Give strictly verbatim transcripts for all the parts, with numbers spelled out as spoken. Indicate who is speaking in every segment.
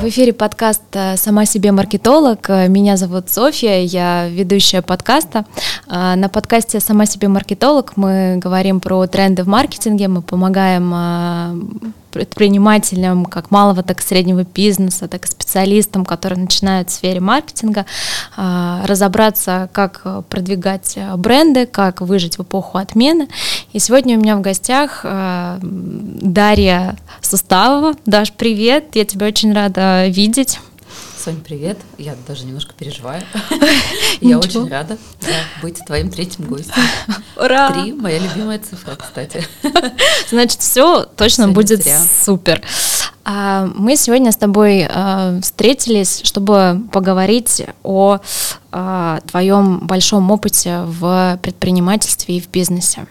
Speaker 1: эфире подкаст «Сама себе маркетолог». Меня зовут Софья, я ведущая подкаста. На подкасте «Сама себе маркетолог» мы говорим про тренды в маркетинге, мы помогаем предпринимателям как малого, так и среднего бизнеса, так и специалистам, которые начинают в сфере маркетинга, разобраться, как продвигать бренды, как выжить в эпоху отмены. И сегодня у меня в гостях Дарья Суставова. Даш, привет, я тебя очень рада видеть.
Speaker 2: Сонь, привет. Я даже немножко переживаю. Я очень рада быть твоим третьим гостем.
Speaker 1: Ура!
Speaker 2: Три — моя любимая цифра, кстати.
Speaker 1: Значит, все точно будет супер. Мы сегодня с тобой встретились, чтобы поговорить о твоем большом опыте в предпринимательстве и в бизнесе.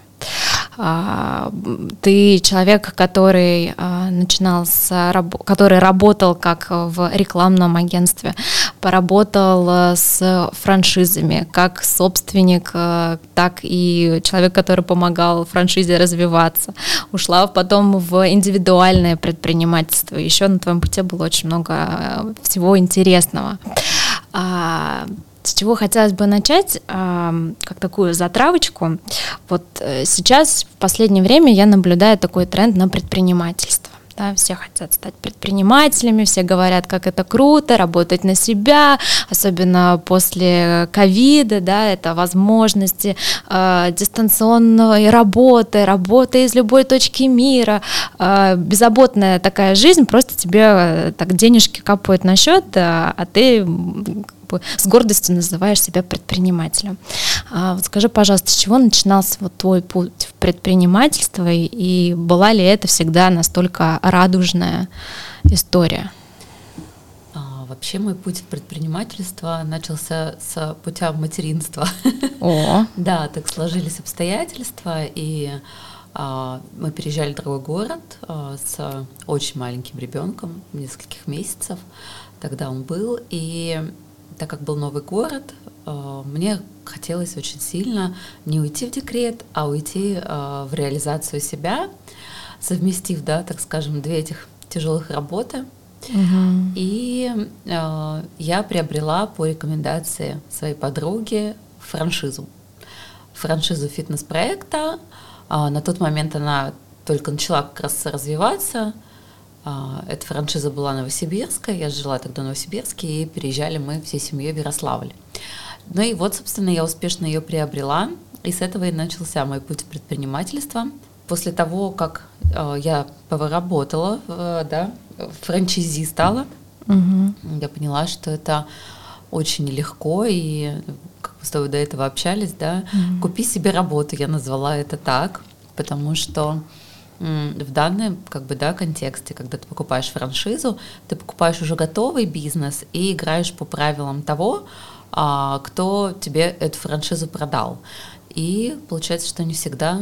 Speaker 1: Ты человек, который начинал с который работал как в рекламном агентстве, поработал с франшизами, как собственник, так и человек, который помогал франшизе развиваться. Ушла потом в индивидуальное предпринимательство. Еще на твоем пути было очень много всего интересного. С чего хотелось бы начать, как такую затравочку. Вот сейчас, в последнее время, я наблюдаю такой тренд на предпринимательство. Да, все хотят стать предпринимателями, все говорят, как это круто, работать на себя, особенно после ковида, да, это возможности э, дистанционной работы, работы из любой точки мира, э, беззаботная такая жизнь, просто тебе э, так денежки капают на счет, а, а ты с гордостью называешь себя предпринимателем. А вот скажи, пожалуйста, с чего начинался вот твой путь в предпринимательство, и, и была ли это всегда настолько радужная история?
Speaker 2: А, вообще мой путь в предпринимательство начался с путя материнства.
Speaker 1: О.
Speaker 2: Да, так сложились обстоятельства, и а, мы переезжали в другой город а, с очень маленьким ребенком, нескольких месяцев, тогда он был, и так как был новый город, мне хотелось очень сильно не уйти в декрет, а уйти в реализацию себя, совместив, да, так скажем, две этих тяжелых работы.
Speaker 1: Угу.
Speaker 2: И я приобрела по рекомендации своей подруги франшизу. Франшизу фитнес-проекта. На тот момент она только начала как раз развиваться. Эта франшиза была новосибирская, я жила тогда в Новосибирске, и переезжали мы всей семьей в Ярославль. Ну и вот, собственно, я успешно ее приобрела, и с этого и начался мой путь в предпринимательство. После того, как я поработала, да, франчайзи стала,
Speaker 1: угу.
Speaker 2: я поняла, что это очень нелегко, и как мы с тобой до этого общались, да,
Speaker 1: угу.
Speaker 2: «Купи себе работу», я назвала это так, потому что в данном как бы, да, контексте, когда ты покупаешь франшизу, ты покупаешь уже готовый бизнес и играешь по правилам того, кто тебе эту франшизу продал. И получается, что не всегда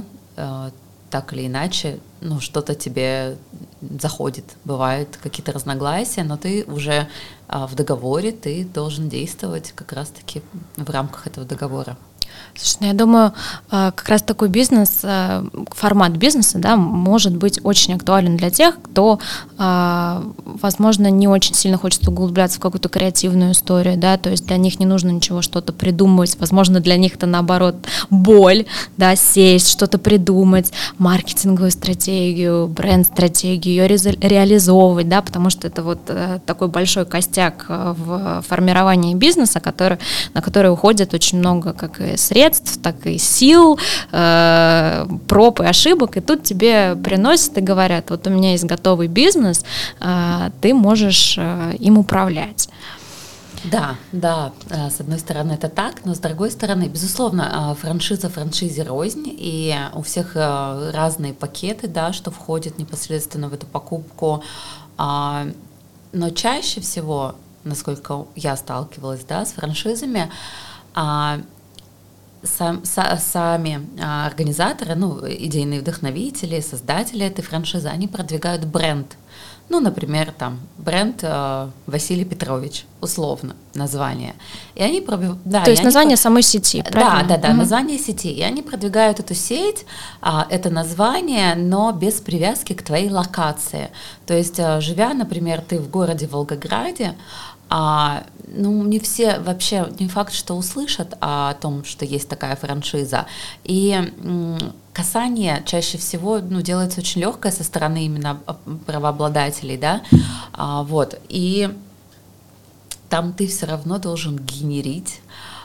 Speaker 2: так или иначе ну, что-то тебе заходит. Бывают какие-то разногласия, но ты уже в договоре, ты должен действовать как раз-таки в рамках этого договора.
Speaker 1: Слушай, ну я думаю, как раз такой бизнес, формат бизнеса, да, может быть очень актуален для тех, кто, возможно, не очень сильно хочет углубляться в какую-то креативную историю, да, то есть для них не нужно ничего что-то придумывать, возможно, для них это, наоборот, боль, да, сесть, что-то придумать, маркетинговую стратегию, бренд-стратегию, ее ре- реализовывать, да, потому что это вот такой большой костяк в формировании бизнеса, который, на который уходит очень много как и средств, так и сил, э, проб и ошибок, и тут тебе приносят и говорят, вот у меня есть готовый бизнес, э, ты можешь э, им управлять.
Speaker 2: Да, да, с одной стороны это так, но с другой стороны, безусловно, франшиза франшизе рознь, и у всех разные пакеты, да, что входит непосредственно в эту покупку, но чаще всего, насколько я сталкивалась, да, с франшизами, Сам, са, сами а, организаторы, ну, идейные вдохновители, создатели этой франшизы, они продвигают бренд, ну, например, там бренд э, Василий Петрович, условно, название. И они пробив... да,
Speaker 1: То есть название
Speaker 2: про...
Speaker 1: самой сети, правильно?
Speaker 2: Да, да, да,
Speaker 1: угу.
Speaker 2: название сети. И они продвигают эту сеть, а, это название, но без привязки к твоей локации. То есть, а, живя, например, ты в городе Волгограде, а, ну, не все вообще, не факт, что услышат о том, что есть такая франшиза. И м, касание чаще всего, ну, делается очень легкое со стороны именно правообладателей, да, а, вот. И там ты все равно должен генерить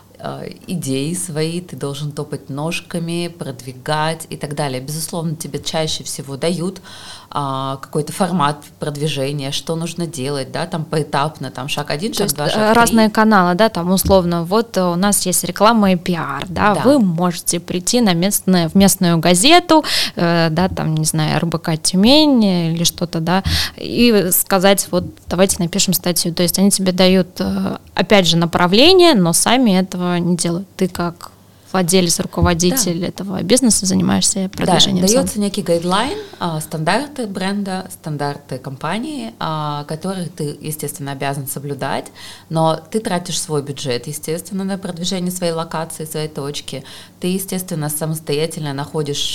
Speaker 2: идеи свои, ты должен топать ножками, продвигать и так далее. Безусловно, тебе чаще всего дают а, какой-то формат продвижения, что нужно делать, да, там поэтапно, там шаг один, шаг два, шаг три.
Speaker 1: Разные каналы, да, там условно, вот у нас есть реклама и пиар, да, да. Вы можете прийти на местное, в местную газету, э, да, там, не знаю, эр бэ ка Тюмень или что-то, да, и сказать, вот, давайте напишем статью. То есть они тебе дают, опять же, направление, но сами этого не делают. Ты как владелец, руководитель да. этого бизнеса занимаешься продвижением.
Speaker 2: Да, дается некий гайдлайн, стандарты бренда, стандарты компании, которые ты, естественно, обязан соблюдать, но ты тратишь свой бюджет, естественно, на продвижение своей локации, своей точки. Ты, естественно, самостоятельно находишь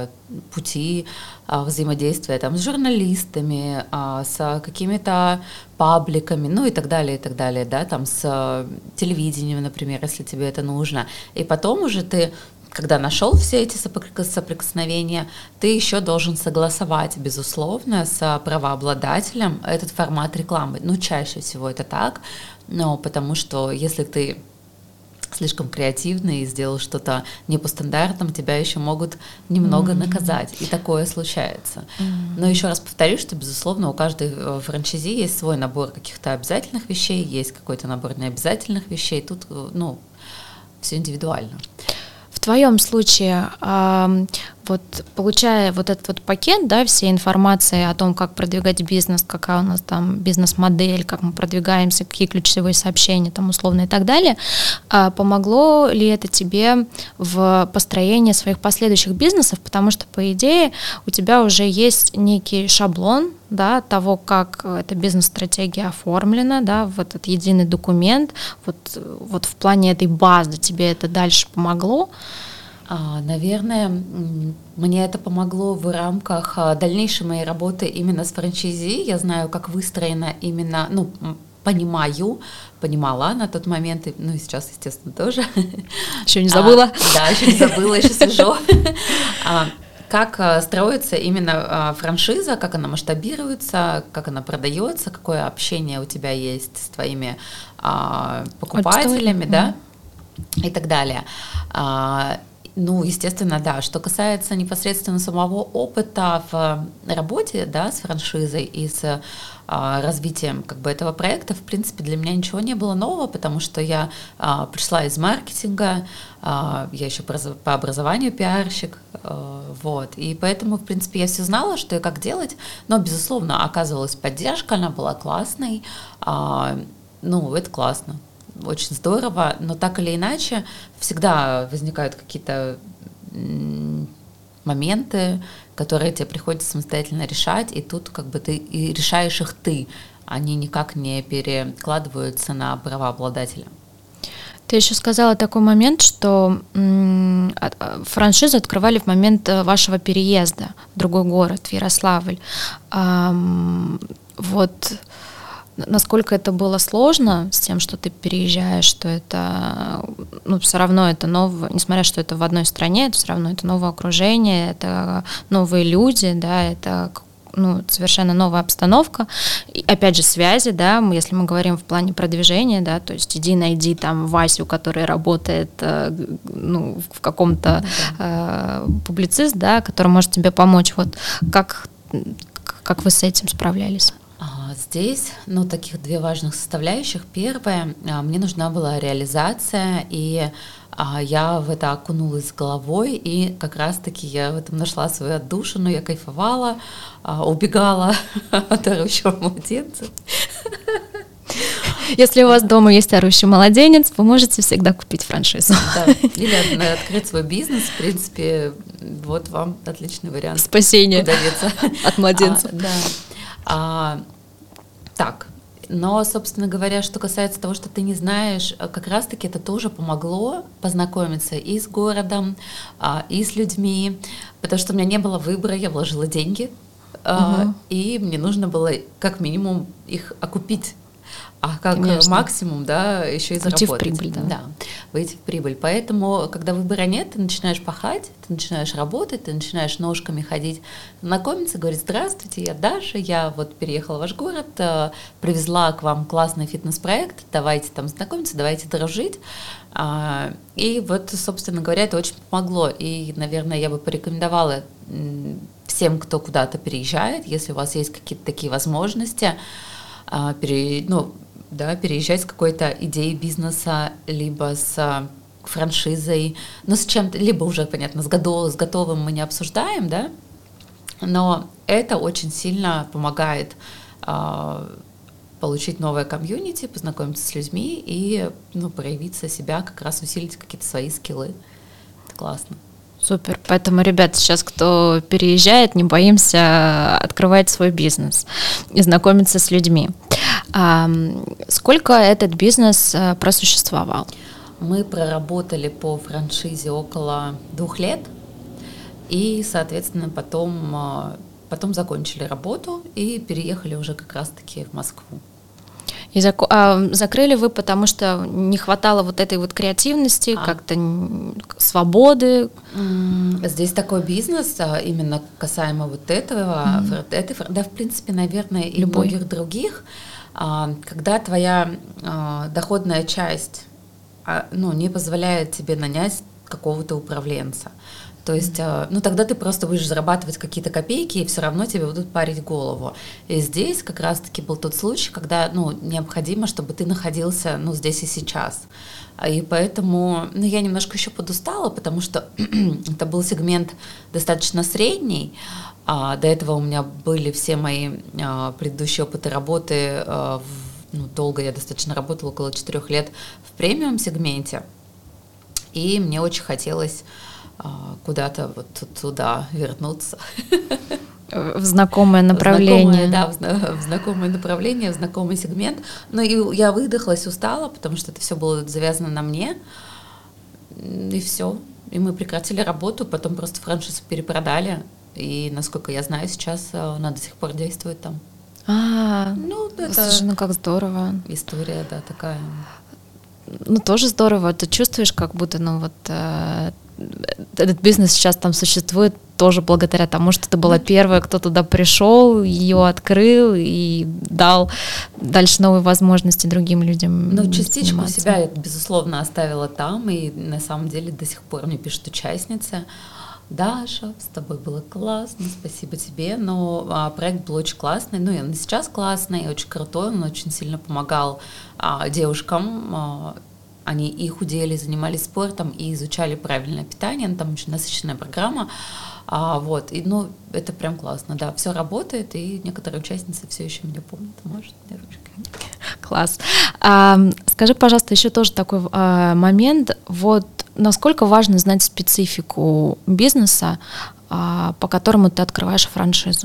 Speaker 2: пути взаимодействия там, с журналистами, с какими-то пабликами, ну и так далее, и так далее, да, там с телевидением, например, если тебе это нужно. И потом уже ты, когда нашел все эти соприкосновения, ты еще должен согласовать, безусловно, с правообладателем этот формат рекламы. Ну, чаще всего это так, но потому что если ты слишком креативный и сделал что-то не по стандартам, тебя еще могут немного mm-hmm. наказать, и такое случается. Mm-hmm. Но еще раз повторю, что, безусловно, у каждой франшизи есть свой набор каких-то обязательных вещей, есть какой-то набор необязательных вещей, тут, ну, все индивидуально.
Speaker 1: В твоем случае, вот получая вот этот вот пакет, да, всей информации о том, как продвигать бизнес, какая у нас там бизнес-модель, как мы продвигаемся, какие ключевые сообщения там условно и так далее, помогло ли это тебе в построении своих последующих бизнесов? Потому что, по идее, у тебя уже есть некий шаблон, да, того, как эта бизнес-стратегия оформлена, да, в этот единый документ, вот, вот в плане этой базы тебе это дальше помогло?
Speaker 2: Наверное, мне это помогло в рамках дальнейшей моей работы именно с франчайзи. Я знаю, как выстроена именно, ну, понимаю, понимала на тот момент, ну и сейчас, естественно, тоже.
Speaker 1: Еще не забыла?
Speaker 2: А, да, еще не забыла, еще свежо. Как строится именно франшиза, как она масштабируется, как она продается, какое общение у тебя есть с твоими покупателями, да, и так далее. Ну, естественно, да. Что касается непосредственно самого опыта в работе, да, с франшизой и с а, развитием как бы этого проекта, в принципе, для меня ничего не было нового, потому что я а, пришла из маркетинга, а, я еще по, по образованию пиарщик, а, вот, и поэтому, в принципе, я все знала, что и как делать, но, безусловно, оказывалась поддержка, она была классной, а, ну, это классно. Очень здорово, но так или иначе всегда возникают какие-то моменты, которые тебе приходится самостоятельно решать, и тут как бы ты и решаешь их ты, они никак не перекладываются на правообладателя.
Speaker 1: Ты еще сказала такой момент, что м- франшизу открывали в момент вашего переезда в другой город, в Ярославль. А, вот... Насколько это было сложно с тем, что ты переезжаешь, что это, ну, все равно это новое, несмотря что это в одной стране, это все равно это новое окружение, это новые люди, да, это, ну, совершенно новая обстановка. И, опять же, связи, да, мы, если мы говорим в плане продвижения, да, то есть иди найди там Васю, который работает, ну, в каком-то э, публицист, да, который может тебе помочь. Вот как, как вы с этим справлялись?
Speaker 2: Здесь, ну, таких две важных составляющих. Первое, мне нужна была реализация, и я в это окунулась с головой, и как раз-таки я в этом нашла свою отдушину, я кайфовала, убегала от орущего младенца.
Speaker 1: Если у вас дома есть орущий младенец, вы можете всегда купить франшизу.
Speaker 2: Да. Или открыть свой бизнес, в принципе, вот вам отличный вариант.
Speaker 1: Спасение от младенца.
Speaker 2: А, да. А, так, но, собственно говоря, что касается того, что ты не знаешь, как раз-таки это тоже помогло познакомиться и с городом, и с людьми, потому что у меня не было выбора, я вложила деньги, угу. и мне нужно было как минимум их окупить. А как Конечно. максимум, да, еще и заработать.
Speaker 1: Выйти в прибыль, да.
Speaker 2: Да, выйти в прибыль. Поэтому, когда выбора нет, ты начинаешь пахать, ты начинаешь работать, ты начинаешь ножками ходить, знакомиться, говорить: здравствуйте, я Даша, я вот переехала в ваш город, привезла к вам классный фитнес-проект, давайте там знакомиться, давайте дружить. И вот, собственно говоря, это очень помогло. И, наверное, я бы порекомендовала всем, кто куда-то переезжает, если у вас есть какие-то такие возможности, пере, ну, да, переезжать с какой-то идеей бизнеса, либо с франшизой, ну, с чем-то, либо уже, понятно, с, готов, с готовым мы не обсуждаем, да, но это очень сильно помогает э, получить новое комьюнити, познакомиться с людьми и, ну, проявиться себя, как раз усилить какие-то свои скиллы. Это классно.
Speaker 1: Супер. Поэтому, ребят, сейчас кто переезжает, не боимся открывать свой бизнес и знакомиться с людьми. А сколько этот бизнес просуществовал?
Speaker 2: Мы проработали по франшизе около двух лет и, соответственно, потом, потом закончили работу и переехали уже как раз-таки в Москву.
Speaker 1: И зак... а закрыли вы, потому что не хватало вот этой вот креативности, а. как-то свободы?
Speaker 2: Здесь такой бизнес, именно касаемо вот этого, mm-hmm. этой, да, в принципе, наверное, и
Speaker 1: Любой.
Speaker 2: многих других, когда твоя доходная часть, ну, не позволяет тебе нанять какого-то управленца. То есть, ну, тогда ты просто будешь зарабатывать какие-то копейки, и все равно тебе будут парить голову. И здесь как раз-таки был тот случай, когда, ну, необходимо, чтобы ты находился, ну, здесь и сейчас. И поэтому, ну, я немножко еще подустала, потому что это был сегмент достаточно средний. А, до этого у меня были все мои а, предыдущие опыты работы. А, в, ну, долго я достаточно работала, около четырех лет в премиум-сегменте. И мне очень хотелось куда-то вот туда вернуться.
Speaker 1: В знакомое направление.
Speaker 2: В знакомое, да, в знакомое направление, в знакомый сегмент. Но и я выдохлась, устала, потому что это все было завязано на мне. И все. И мы прекратили работу, потом просто франшизу перепродали. И, насколько я знаю, сейчас она до сих пор действует там.
Speaker 1: А, ну, это слушай, ну как здорово.
Speaker 2: История, да, такая.
Speaker 1: Ну, тоже здорово. Ты чувствуешь, как будто, ну, вот э, этот бизнес сейчас там существует тоже благодаря тому, что ты была первая, кто туда пришел, ее открыл и дал дальше новые возможности другим людям.
Speaker 2: Ну, частичку заниматься. Себя я, безусловно, оставила там, и на самом деле до сих пор мне пишут участницы: Даша, с тобой было классно, спасибо тебе, но а, проект был очень классный, ну и он сейчас классный, очень крутой, он очень сильно помогал а, девушкам, а, они и худели, занимались спортом и изучали правильное питание, ну, там очень насыщенная программа, а, вот, и, ну, это прям классно, да, все работает, и некоторые участницы все еще меня помнят, может, мне ручкой.
Speaker 1: Класс. А, скажи, пожалуйста, еще тоже такой а, момент, вот, насколько важно знать специфику бизнеса, а, по которому ты открываешь франшизу?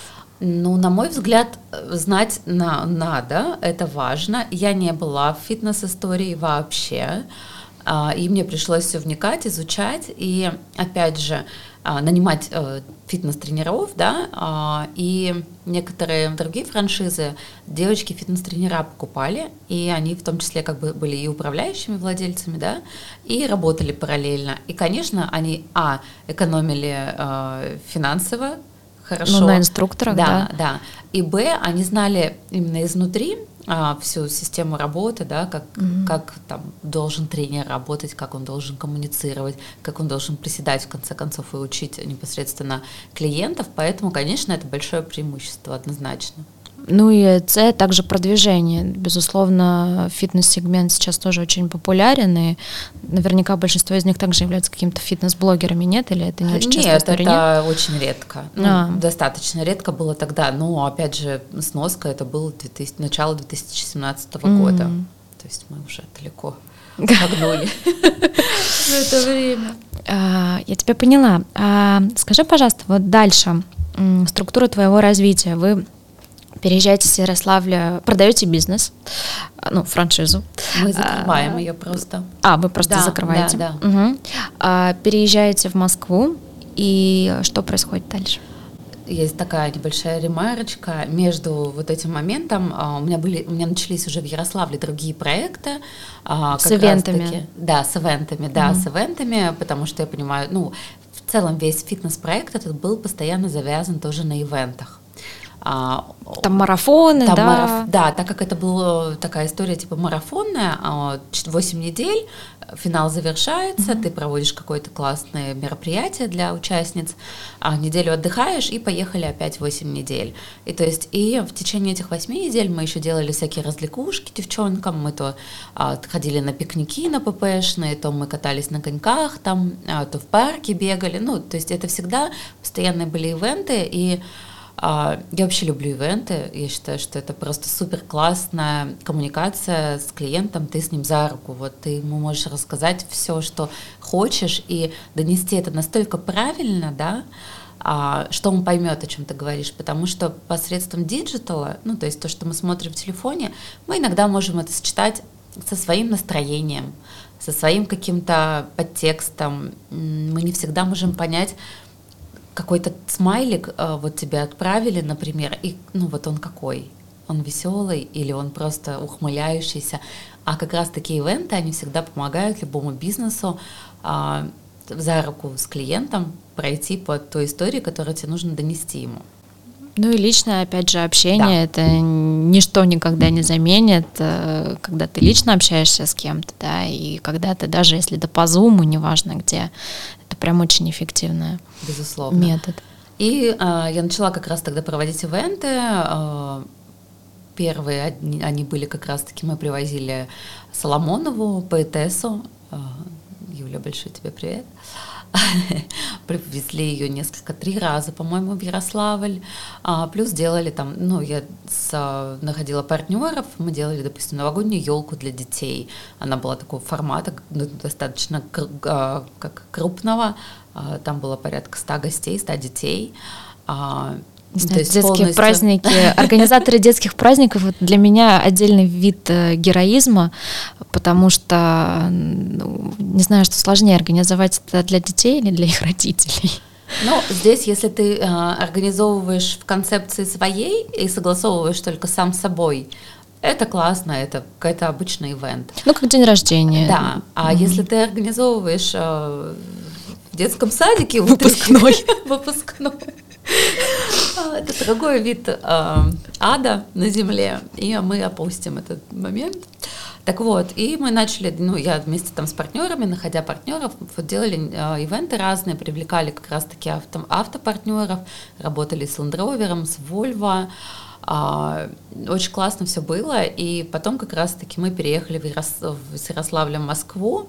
Speaker 2: Ну, на мой взгляд, знать на, надо, это важно. Я не была в фитнес-истории вообще, а, и мне пришлось все вникать, изучать, и, опять же, а, нанимать а, фитнес-тренеров, да, а, и некоторые другие франшизы девочки фитнес-тренера покупали, и они в том числе как бы были и управляющими владельцами, да, и работали параллельно. И, конечно, они, а, экономили а, финансово, хорошо.
Speaker 1: Ну, на инструкторах,
Speaker 2: да.
Speaker 1: Да,
Speaker 2: да. И, б, они знали именно изнутри а, всю систему работы, да, как, mm-hmm. как там должен тренер работать, как он должен коммуницировать, как он должен приседать, в конце концов, и учить непосредственно клиентов. Поэтому, конечно, это большое преимущество, однозначно.
Speaker 1: Ну и С, также продвижение. Безусловно, фитнес-сегмент сейчас тоже очень популярен, и наверняка большинство из них также являются какими-то фитнес-блогерами, нет? Или это не очень часто?
Speaker 2: Нет,
Speaker 1: история?
Speaker 2: это
Speaker 1: нет?
Speaker 2: очень редко. Ну,
Speaker 1: а.
Speaker 2: Достаточно редко было тогда. Но, опять же, сноска, это было две тысячи, начало две тысячи семнадцатого mm. года. То есть мы уже далеко шагнули в это время.
Speaker 1: Я тебя поняла. Скажи, пожалуйста, вот дальше, структура твоего развития. Вы Переезжаете из Ярославля, продаете бизнес, ну, франшизу.
Speaker 2: Мы закрываем а, ее просто.
Speaker 1: А, вы просто
Speaker 2: да,
Speaker 1: закрываете.
Speaker 2: Да, да.
Speaker 1: Угу. А, переезжаете в Москву, и что происходит дальше?
Speaker 2: Есть такая небольшая ремарочка. Между вот этим моментом а, у меня были, у меня начались уже в Ярославле другие проекты. А,
Speaker 1: с ивентами.
Speaker 2: Таки, да, с ивентами, да, угу. с ивентами, потому что я понимаю, ну, в целом весь фитнес-проект этот был постоянно завязан тоже на ивентах.
Speaker 1: Там марафоны,
Speaker 2: там
Speaker 1: да?
Speaker 2: Мараф... Да, так как это была такая история типа марафонная, восемь недель, финал завершается, mm-hmm. ты проводишь какое-то классное мероприятие для участниц, а неделю отдыхаешь и поехали опять восемь недель. И то есть и в течение этих восьми недель мы еще делали всякие развлекушки девчонкам, мы то а, ходили на пикники на ППшные, то мы катались на коньках, там, а, то в парке бегали, ну, то есть это всегда постоянные были ивенты, и я вообще люблю ивенты, я считаю, что это просто супер классная коммуникация с клиентом, ты с ним за руку, вот ты ему можешь рассказать все, что хочешь, и донести это настолько правильно, да, что он поймет, о чем ты говоришь, потому что посредством диджитала, ну, то есть то, что мы смотрим в телефоне, мы иногда можем это сочетать со своим настроением, со своим каким-то подтекстом, мы не всегда можем понять, какой-то смайлик э, вот тебе отправили, например, и ну вот он какой? Он веселый или он просто ухмыляющийся? А как раз такие ивенты, они всегда помогают любому бизнесу э, за руку с клиентом пройти по той истории, которую тебе нужно донести ему.
Speaker 1: Ну и личное, опять же, общение, да. Это ничто никогда не заменит, когда ты лично общаешься с кем-то, да, и когда ты, даже если это по зуму, неважно где, это прям очень эффективный
Speaker 2: Безусловно.
Speaker 1: метод.
Speaker 2: И э, я начала как раз тогда проводить ивенты. Э, первые они, они были как раз-таки, мы привозили Соломонову, поэтессу. Э, Юля, большой тебе привет. Привезли ее несколько, три раза, по-моему, в Ярославль. А, плюс делали там, ну, я с, находила партнеров, мы делали, допустим, новогоднюю елку для детей. Она была такого формата, ну, достаточно а, как крупного. А, там было порядка ста гостей, ста детей. А,
Speaker 1: То есть детские полностью... праздники, организаторы детских праздников — это для меня отдельный вид героизма, потому что, ну, не знаю, что сложнее, организовать это для детей или для их родителей.
Speaker 2: Ну, здесь, если ты э, организовываешь в концепции своей и согласовываешь только сам с собой, это классно, это какой-то обычный ивент.
Speaker 1: Ну, как день рождения.
Speaker 2: Да, а mm-hmm. если ты организовываешь э, в детском садике...
Speaker 1: Выпускной.
Speaker 2: Выпускной. Это другой вид э, ада на земле, и мы опустим этот момент. Так вот, и мы начали, ну, я вместе там с партнерами, находя партнеров, вот делали э, ивенты разные, привлекали как раз-таки авто, автопартнеров, работали с Land Rover, с Volvo. Э, очень классно все было, и потом как раз-таки мы переехали в Ярос... с Ярославля в Москву,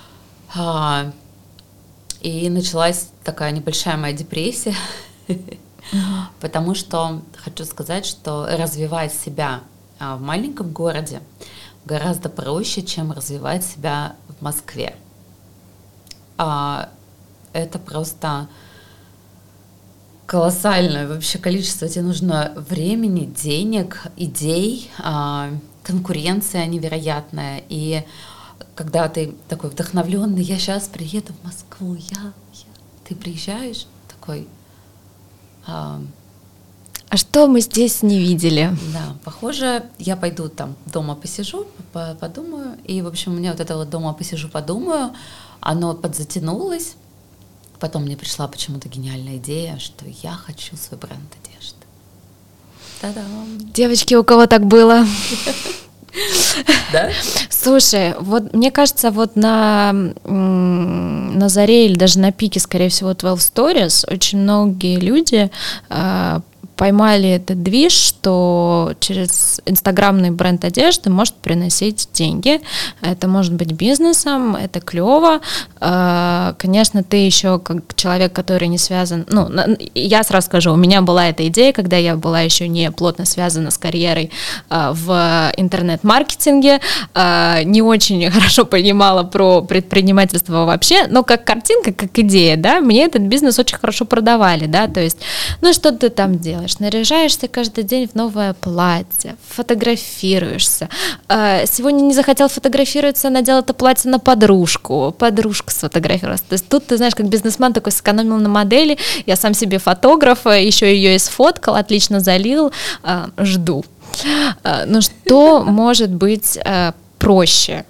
Speaker 2: э, и началась такая небольшая моя депрессия, потому что хочу сказать, что развивать себя в маленьком городе гораздо проще, чем развивать себя в Москве. Это просто колоссальное вообще количество. Тебе нужно времени, денег, идей, конкуренция невероятная. И когда ты такой вдохновленный, я сейчас приеду в Москву, я, я. Ты приезжаешь такой...
Speaker 1: А, а что мы здесь не видели?
Speaker 2: Да, похоже, я пойду там дома посижу, подумаю. И, в общем, у меня вот это вот дома посижу, подумаю, оно подзатянулось. Потом мне пришла почему-то гениальная идея, что я хочу свой бренд одежды. Та-дам!
Speaker 1: Девочки, у кого так было?
Speaker 2: Да?
Speaker 1: Слушай, вот мне кажется, вот на, на заре или даже на пике, скорее всего, двенадцать Stories очень многие люди э, поймали этот движ, что через инстаграмный бренд одежды может приносить деньги. Это может быть бизнесом, это клево. Конечно, ты еще как человек, который не связан... Ну, я сразу скажу, у меня была эта идея, когда я была еще не плотно связана с карьерой в интернет-маркетинге, не очень хорошо понимала про предпринимательство вообще, но как картинка, как идея, да, мне этот бизнес очень хорошо продавали, да, то есть, ну, что ты там делаешь? делаешь? Наряжаешься каждый день в новое платье, фотографируешься. Сегодня не захотел фотографироваться, надел это платье на подружку, подружка сфотографировалась. То есть тут, ты знаешь, как бизнесмен такой сэкономил на модели, я сам себе фотограф, еще ее и сфоткал, отлично залил, жду. Но что может быть проще?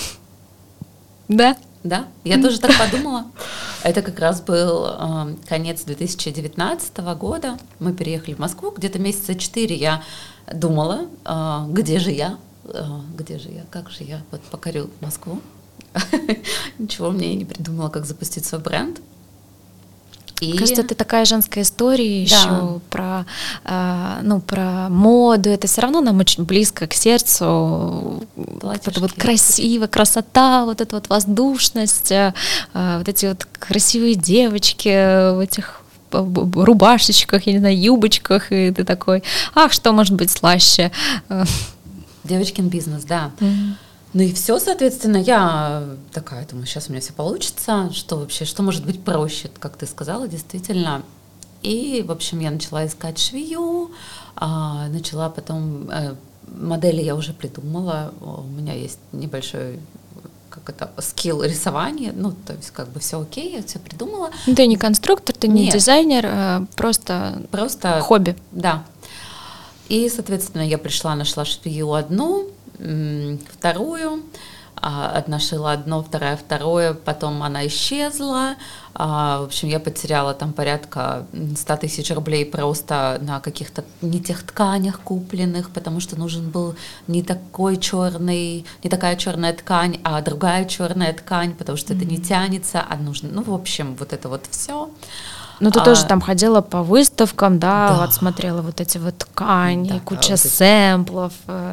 Speaker 1: Да?
Speaker 2: Да, я тоже так подумала. Это как раз был э, конец две тысячи девятнадцатого года. Мы переехали в Москву. Где-то месяца четыре я думала, э, где же я, э, где же я, как же я вот покорю Москву. Ничего мне не придумала, как запустить свой бренд.
Speaker 1: И... Кажется, это такая женская история еще да. про, э, ну, про моду. Это все равно нам очень близко к сердцу. Вот это вот красиво, красота, вот эта вот воздушность, э, вот эти вот красивые девочки в этих рубашечках, я не знаю, юбочках, и ты такой, ах, что может быть слаще?
Speaker 2: Девочкин бизнес, да. Mm-hmm. Ну и все, соответственно, я такая думаю, сейчас у меня все получится, что вообще, что может быть проще, как ты сказала, действительно. И, в общем, я начала искать швею, а, начала потом, э, модели я уже придумала, у меня есть небольшой, как это, скилл рисования, ну, то есть как бы все окей, я все придумала.
Speaker 1: Ты не конструктор, ты не Нет. дизайнер, а просто,
Speaker 2: просто
Speaker 1: хобби.
Speaker 2: Да. И, соответственно, я пришла, нашла швею одну, вторую, одна шила одно, вторая второе, потом она исчезла, в общем, я потеряла там порядка ста тысяч рублей просто на каких-то не тех тканях купленных, потому что нужен был не такой черный, не такая черная ткань, а другая черная ткань, потому что mm-hmm. это не тянется, а нужно, ну, в общем, вот это вот все.
Speaker 1: Ну, ты
Speaker 2: а,
Speaker 1: тоже там ходила по выставкам, да, да. вот смотрела вот эти вот ткани, да, куча да, сэмплов,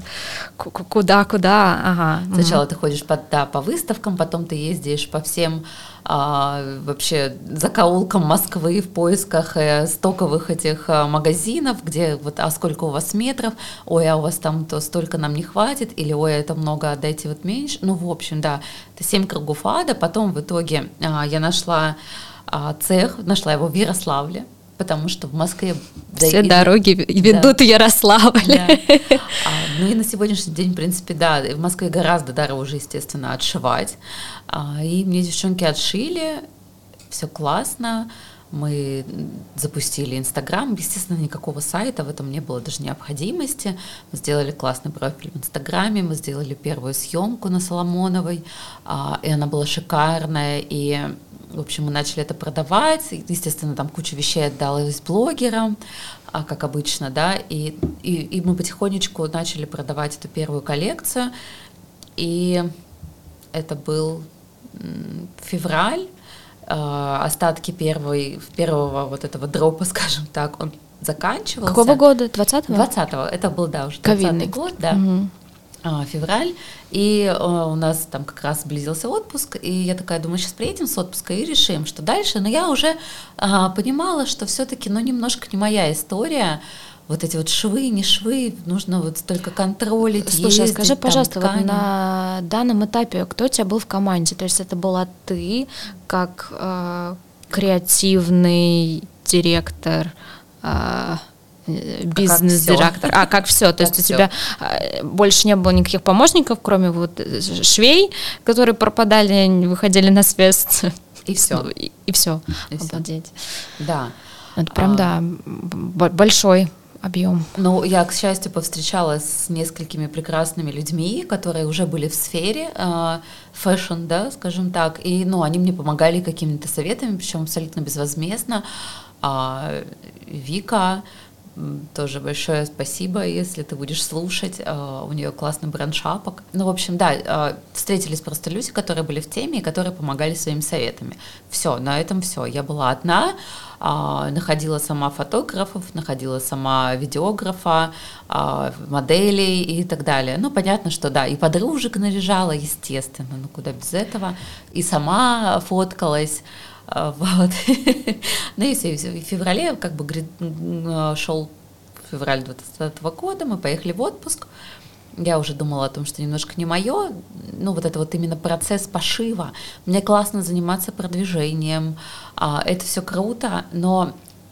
Speaker 1: куда-куда, ага.
Speaker 2: Сначала угу. ты ходишь по, да, по выставкам, потом ты ездишь по всем а, вообще закоулкам Москвы в поисках э, стоковых этих а, магазинов, где вот, а сколько у вас метров, ой, а у вас там то столько нам не хватит, или ой, это много, отдайте вот меньше. Ну, в общем, да, это семь кругов ада, потом в итоге а, я нашла цех, нашла его в Ярославле, потому что в Москве...
Speaker 1: Все да, дороги и, ведут да. в Ярославль. Да.
Speaker 2: А, ну и на сегодняшний день, в принципе, да, в Москве гораздо дороже, естественно, отшивать. А, и мне девчонки отшили, все классно. Мы запустили Инстаграм, естественно, никакого сайта, в этом не было даже необходимости. Мы сделали классный профиль в Инстаграме, мы сделали первую съемку на Соломоновой, а, и она была шикарная, и в общем, мы начали это продавать, естественно, там куча вещей отдалась блогерам, как обычно, да, и, и, и мы потихонечку начали продавать эту первую коллекцию, и это был февраль, остатки первой, первого вот этого дропа, скажем так, он заканчивался.
Speaker 1: Какого года? двадцатого?
Speaker 2: двадцатого, это был, да, уже двадцатый год, да. Угу. Февраль, и э, у нас там как раз близился отпуск, и я такая думаю, сейчас приедем с отпуска и решим, что дальше, но я уже э, понимала, что все-таки, ну, немножко не моя история, вот эти вот швы, не швы, нужно вот столько контролить.
Speaker 1: Слушай,
Speaker 2: ездить,
Speaker 1: скажи, пожалуйста,
Speaker 2: там,
Speaker 1: вот на данном этапе кто у тебя был в команде? То есть это была ты как э, креативный директор, э, бизнес-директор, а как все, то есть у тебя больше не было никаких помощников, кроме вот швей, которые пропадали, выходили на связь,
Speaker 2: и все,
Speaker 1: и, и все, обалдеть.
Speaker 2: Да,
Speaker 1: это прям а... да большой объем.
Speaker 2: Ну, я, к счастью, повстречалась с несколькими прекрасными людьми, которые уже были в сфере э, фэшн, да, скажем так, и, ну, они мне помогали какими-то советами, причем абсолютно безвозмездно. А Вика, тоже большое спасибо, если ты будешь слушать, у нее классный бренд шапок. Ну, в общем, да, встретились просто люди, которые были в теме и которые помогали своими советами. Все, на этом все. Я была одна, находила сама фотографов, находила сама видеографа, моделей и так далее. Ну, понятно, что да, и подружек наряжала, естественно, ну куда без этого, и сама фоткалась. Вот. Ну и все, в феврале как бы шел февраль двадцатого года, мы поехали в отпуск. Я уже думала о том, что немножко не мое, ну вот это вот именно процесс пошива. Мне классно заниматься продвижением, это все круто, но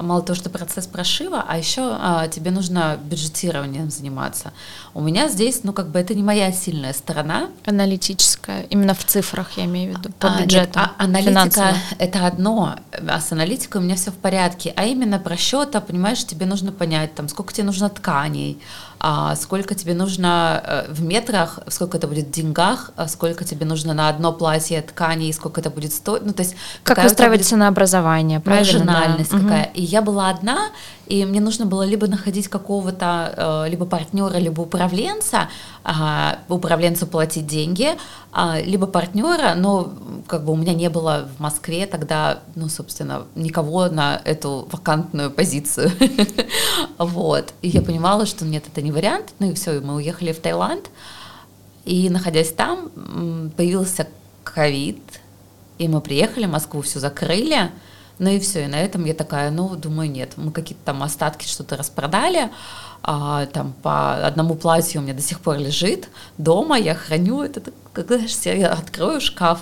Speaker 2: мало того, что процесс прошива, а еще а, тебе нужно бюджетированием заниматься. У меня здесь, ну, как бы это не моя сильная сторона.
Speaker 1: Аналитическая, именно в цифрах, я имею в виду, по
Speaker 2: а,
Speaker 1: бюджету.
Speaker 2: Нет, а, аналитика — это одно, а с аналитикой у меня все в порядке, а именно про счета, понимаешь, тебе нужно понять, там, сколько тебе нужно тканей, а сколько тебе нужно в метрах, сколько это будет в деньгах, сколько тебе нужно на одно платье тканей, сколько это будет стоить. Ну, то есть
Speaker 1: как выстраивать ценообразование, правильно?
Speaker 2: Маржинальность
Speaker 1: да.
Speaker 2: какая.
Speaker 1: Угу.
Speaker 2: И я была одна, и мне нужно было либо находить какого-то либо партнера, либо управленца, управленцу платить деньги, либо партнера, но как бы у меня не было в Москве тогда, ну, собственно, никого на эту вакантную позицию. Вот. И я понимала, что нет, это не вариант. Ну и все, мы уехали в Таиланд. И, находясь там, появился ковид, и мы приехали, Москву все закрыли. Ну и все, и на этом я такая, ну, думаю, нет, мы какие-то там остатки что-то распродали, а, там по одному платью у меня до сих пор лежит дома, я храню это, когда я открою шкаф.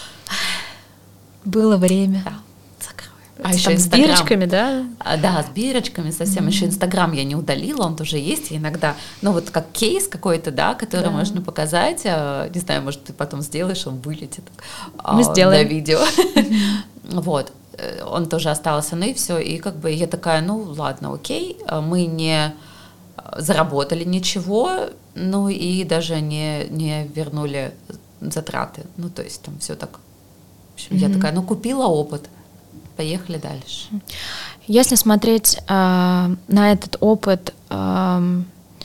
Speaker 1: Было время.
Speaker 2: Да, закрою.
Speaker 1: А еще с бирочками, да?
Speaker 2: А, да, с бирочками совсем. Mm-hmm. Еще Инстаграм я не удалила, он тоже есть, и иногда, ну вот как кейс какой-то, да, который да. можно показать, а, не знаю, может ты потом сделаешь, он вылетит
Speaker 1: Мы а, сделаем.
Speaker 2: на видео. Вот. Он тоже остался, ну и все, и как бы я такая, ну ладно, окей, мы не заработали ничего, ну и даже не, не вернули затраты, ну то есть там все так, в общем, mm-hmm. я такая, ну купила опыт, поехали дальше.
Speaker 1: Если смотреть э, на этот опыт, э,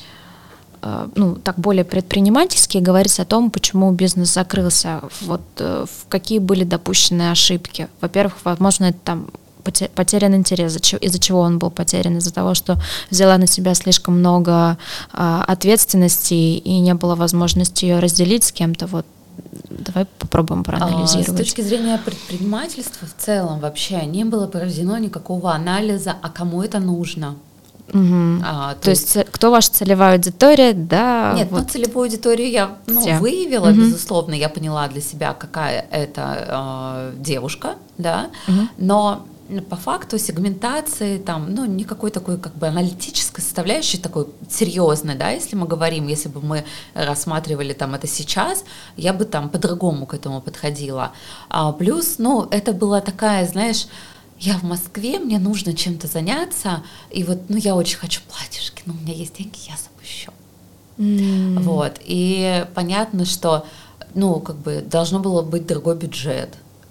Speaker 1: ну, так более предпринимательски, говорить о том, почему бизнес закрылся, вот в какие были допущенные ошибки. Во-первых, возможно, это там потерян интерес, из-за чего он был потерян, из-за того, что взяла на себя слишком много а, ответственности и не было возможности ее разделить с кем-то. Вот давай попробуем проанализировать.
Speaker 2: А, с точки зрения предпринимательства в целом вообще не было проведено никакого анализа, а кому это нужно.
Speaker 1: Угу. А, то, то есть, есть кто ваша целевая аудитория, да?
Speaker 2: Нет,
Speaker 1: вот.
Speaker 2: ну целевую аудиторию я ну, выявила, угу. безусловно, я поняла для себя, какая это э, девушка, да, угу. но по факту сегментации там, ну, никакой такой как бы аналитической составляющей, такой серьезной, да, если мы говорим, если бы мы рассматривали там это сейчас, я бы там по-другому к этому подходила. А, плюс, ну, это была такая, знаешь, я в Москве, мне нужно чем-то заняться, и вот, ну, я очень хочу платьишки, но у меня есть деньги, я запущу. Mm. Вот, и понятно, что, ну, как бы должно было быть другой бюджет,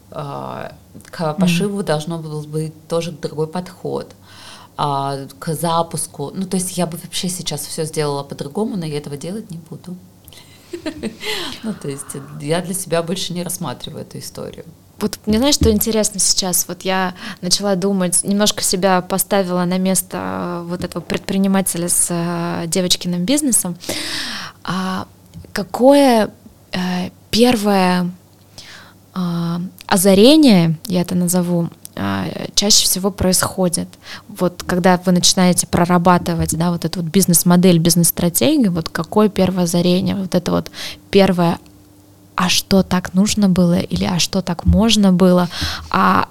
Speaker 2: к пошиву mm. должно было быть тоже другой подход, к запуску, ну, то есть я бы вообще сейчас все сделала по-другому, но я этого делать не буду. Ну, то есть я для себя больше не рассматриваю эту историю.
Speaker 1: Вот мне, знаешь, что интересно сейчас? Вот я начала думать, немножко себя поставила на место вот этого предпринимателя с э, девочкиным бизнесом. А какое э, первое э, озарение, я это назову, э, чаще всего происходит? Вот когда вы начинаете прорабатывать, да, вот эту вот бизнес-модель, бизнес-стратегию, вот какое первое озарение, вот это вот первое, а что так нужно было, или а что так можно было, а,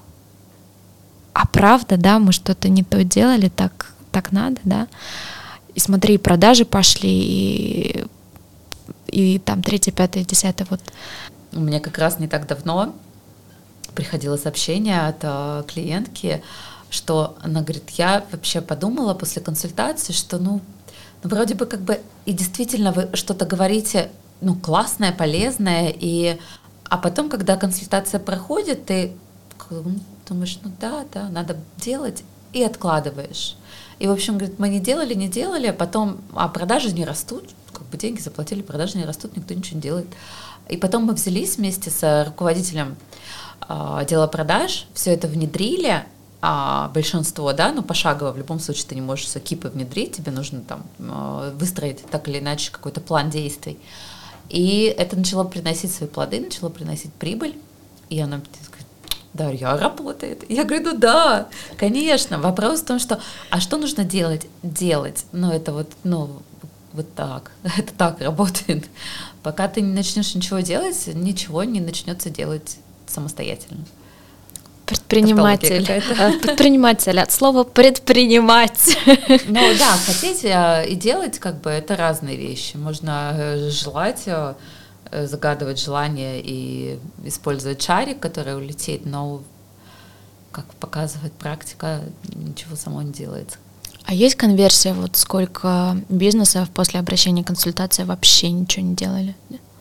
Speaker 1: а правда, да, мы что-то не то делали, так, так надо, да, и смотри, продажи пошли, и, и там третье, пятое, десятое, вот.
Speaker 2: У меня как раз не так давно приходило сообщение от uh, клиентки, что она говорит, я вообще подумала после консультации, что, ну, ну, вроде бы как бы и действительно вы что-то говорите, ну, классное, полезное, и, а потом, когда консультация проходит, ты думаешь, ну да, да, надо делать, и откладываешь. И, в общем, говорит, мы не делали, не делали, а потом, а продажи не растут, как бы деньги заплатили, продажи не растут, никто ничего не делает. И потом мы взялись вместе с руководителем э, отдела продаж, все это внедрили, а большинство, да, ну, пошагово, в любом случае ты не можешь с экипой внедрить, тебе нужно там э, выстроить так или иначе какой-то план действий. И это начало приносить свои плоды, начало приносить прибыль. И она мне говорит, Дарья, работает. Я говорю, ну да, конечно. Вопрос в том, что, а что нужно делать? Делать. Ну, это вот, ну, вот так. Это так работает. Пока ты не начнешь ничего делать, ничего не начнется делать самостоятельно.
Speaker 1: Предприниматель. Предприниматель от слова предпринимать.
Speaker 2: Ну да, хотеть и делать как бы это разные вещи. Можно желать, загадывать желание и использовать шарик, который улетит, но, как показывает практика, ничего само не делается.
Speaker 1: А есть конверсия? Вот сколько бизнесов после обращения к консультации вообще ничего не делали?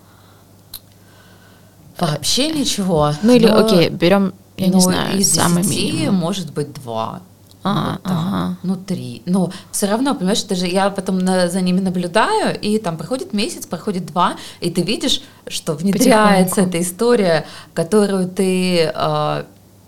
Speaker 2: Вообще ничего.
Speaker 1: Ну или, но, окей, берем, я
Speaker 2: ну,
Speaker 1: не знаю,
Speaker 2: из
Speaker 1: самый
Speaker 2: десяти,
Speaker 1: минимум.
Speaker 2: может быть, два.
Speaker 1: А,
Speaker 2: вот
Speaker 1: ага.
Speaker 2: Ну, три. Но все равно, понимаешь, ты же, я потом на, за ними наблюдаю, и там проходит месяц, проходит два, и ты видишь, что внедряется Потихоньку. Эта история, которую ты э,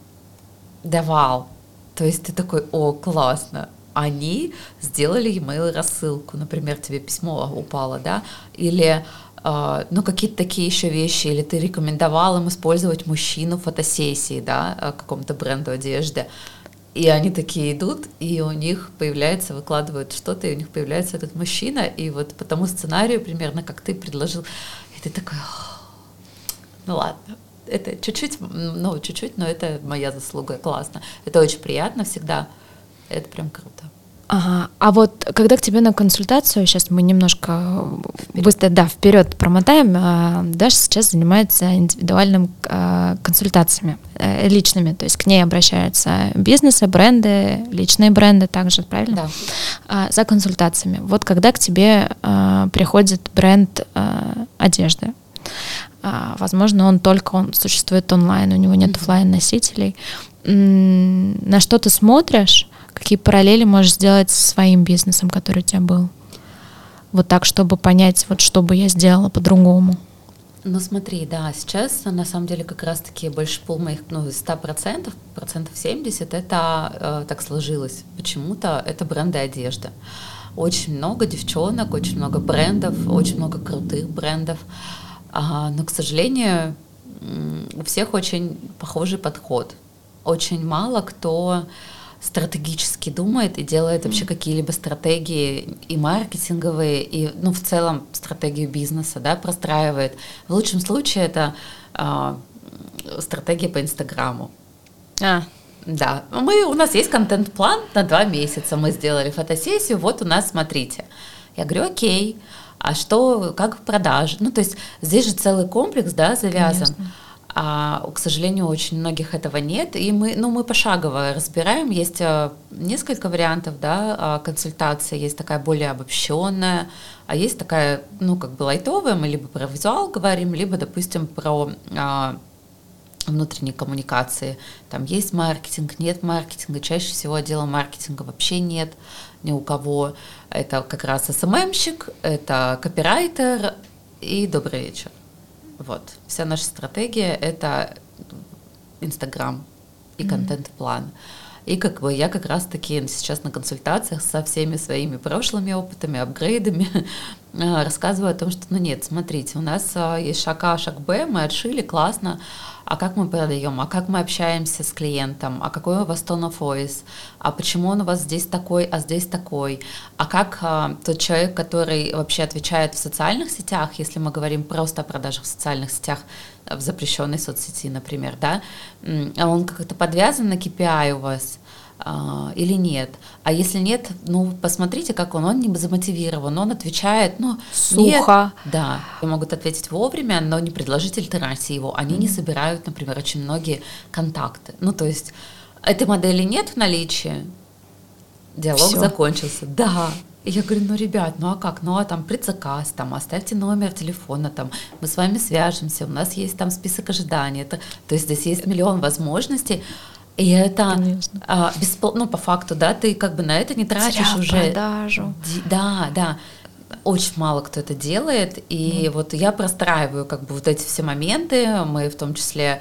Speaker 2: давал. То есть ты такой: о, классно. Они сделали e-mail рассылку, например, тебе письмо упало, да, или Uh, ну, какие-то такие еще вещи, или ты рекомендовал им использовать мужчину в фотосессии, да, какому-то бренду одежды, и они такие идут, и у них появляется, выкладывают что-то, и у них появляется этот мужчина, и вот по тому сценарию примерно, как ты предложил, и ты такой: ну ладно, это чуть-чуть, ну, чуть-чуть, но это моя заслуга, классно, это очень приятно всегда, это прям круто.
Speaker 1: Ага. А вот когда к тебе на консультацию, сейчас мы немножко быстро, да, вперед промотаем, Даша сейчас занимается индивидуальными консультациями личными, то есть к ней обращаются бизнесы, бренды, личные бренды также, правильно?
Speaker 2: Да.
Speaker 1: За консультациями. Вот когда к тебе приходит бренд одежды, возможно, он только он существует онлайн, у него нет mm-hmm. офлайн-носителей, на что ты смотришь? Какие параллели можешь сделать со своим бизнесом, который у тебя был? Вот так, чтобы понять, вот что бы я сделала по-другому.
Speaker 2: Ну смотри, да, сейчас на самом деле как раз-таки больше пол моих, ну, сто процентов, процентов семьдесят, это э, так сложилось. Почему-то это бренды одежды. Очень много девчонок, очень много брендов, очень много крутых брендов. А, но, к сожалению, у всех очень похожий подход. Очень мало кто стратегически думает и делает вообще какие-либо стратегии и маркетинговые, и, ну, в целом стратегию бизнеса, да, простраивает. В лучшем случае это э, стратегия по Инстаграму.
Speaker 1: А.
Speaker 2: Да, мы, у нас есть контент-план на два месяца, мы сделали фотосессию, вот у нас, смотрите. Я говорю: окей, а что, как в продаже? Ну, то есть здесь же целый комплекс, да, завязан. Конечно. А, к сожалению, очень многих этого нет, и мы, ну, мы пошагово разбираем. Есть несколько вариантов, да, консультации. Есть такая более обобщенная, а есть такая, ну, как бы лайтовая. Мы либо про визуал говорим, либо, допустим, про а, внутренние коммуникации. Там есть маркетинг, нет маркетинга. Чаще всего отдела маркетинга вообще нет ни у кого. Это как раз эс эм эм-щик, это копирайтер и добрый вечер. Вот. Вся наша стратегия — это Инстаграм и mm-hmm. контент-план. И как бы я как раз-таки сейчас на консультациях со всеми своими прошлыми опытами, апгрейдами рассказываю о том, что, ну нет, смотрите, у нас есть шаг А, шаг Б, мы отшили, классно, а как мы продаем, а как мы общаемся с клиентом, а какой у вас tone of voice, а почему он у вас здесь такой, а здесь такой, а как а, тот человек, который вообще отвечает в социальных сетях, если мы говорим просто о продажах в социальных сетях, в запрещенной соцсети, например, да, а он как-то подвязан на кей пи ай у вас, а, или нет. А если нет, ну, посмотрите, как он, он не замотивирован, он отвечает, ну,
Speaker 1: сухо.
Speaker 2: Нет. Да, могут ответить вовремя, но не предложить альтернативу. Они mm-hmm. не собирают, например, очень многие контакты. Ну, то есть этой модели нет в наличии, диалог Всё. Закончился. Да. И я говорю: ну, ребят, ну а как? Ну, а там предзаказ, там, оставьте номер телефона, там, мы с вами свяжемся, у нас есть там список ожиданий. Это, то есть здесь есть миллион возможностей. И это, а, беспл... ну, по факту, да, ты как бы на это не тратишь
Speaker 1: Зря
Speaker 2: уже.
Speaker 1: Продажу.
Speaker 2: Да, да. Очень мало кто это делает, и mm. вот я простраиваю как бы вот эти все моменты, мы в том числе,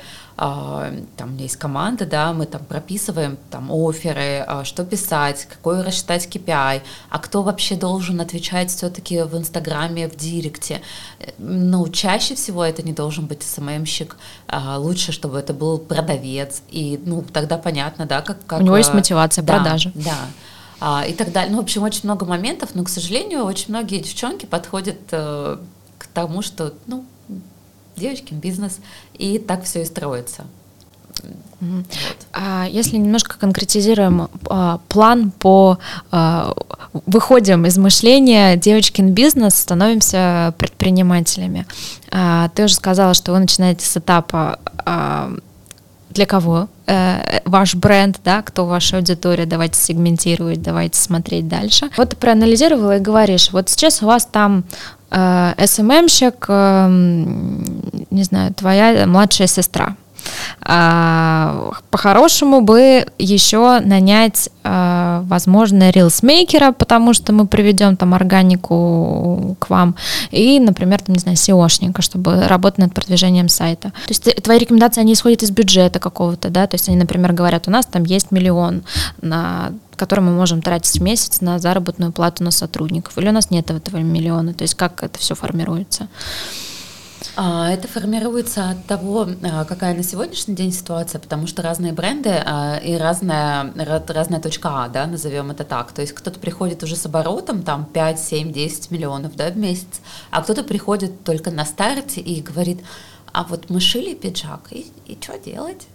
Speaker 2: э, там у меня есть команда, да, мы там прописываем там офферы, э, что писать, какой рассчитать кей пи ай, а кто вообще должен отвечать все-таки в Инстаграме, в Директе. Ну, чаще всего это не должен быть эс эм эм-щик, э, лучше, чтобы это был продавец, и, ну, тогда понятно, да, как... как
Speaker 1: у него есть мотивация
Speaker 2: да,
Speaker 1: продажи.
Speaker 2: Да, и так далее. Ну, в общем, очень много моментов, но, к сожалению, очень многие девчонки подходят э, к тому, что, ну, девочкин бизнес, и так все и строится.
Speaker 1: Mm-hmm. Вот. А если немножко конкретизируем а, план по а, выходим из мышления девочкин бизнес, становимся предпринимателями. А, ты уже сказала, что вы начинаете с этапа а, для кого э, ваш бренд, да, кто ваша аудитория, давайте сегментировать, давайте смотреть дальше. Вот ты проанализировала и говоришь, вот сейчас у вас там э, эс эм эм-щик, э, не знаю, твоя младшая сестра. А, по-хорошему бы еще нанять, а, возможно, рилсмейкера, потому что мы приведем там органику к вам, и, например, там, не знаю, сеошника, чтобы работать над продвижением сайта. То есть твои рекомендации, они исходят из бюджета какого-то, да, то есть они, например, говорят, у нас там есть миллион, на который мы можем тратить в месяц на заработную плату на сотрудников, или у нас нет этого миллиона, то есть как это все формируется?
Speaker 2: Это формируется от того, какая на сегодняшний день ситуация, потому что разные бренды и разная, разная точка А, да, назовем это так. То есть кто-то приходит уже с оборотом там пять, семь, десять миллионов, да, в месяц, а кто-то приходит только на старте и говорит, а вот мы шили пиджак, и, и что делать?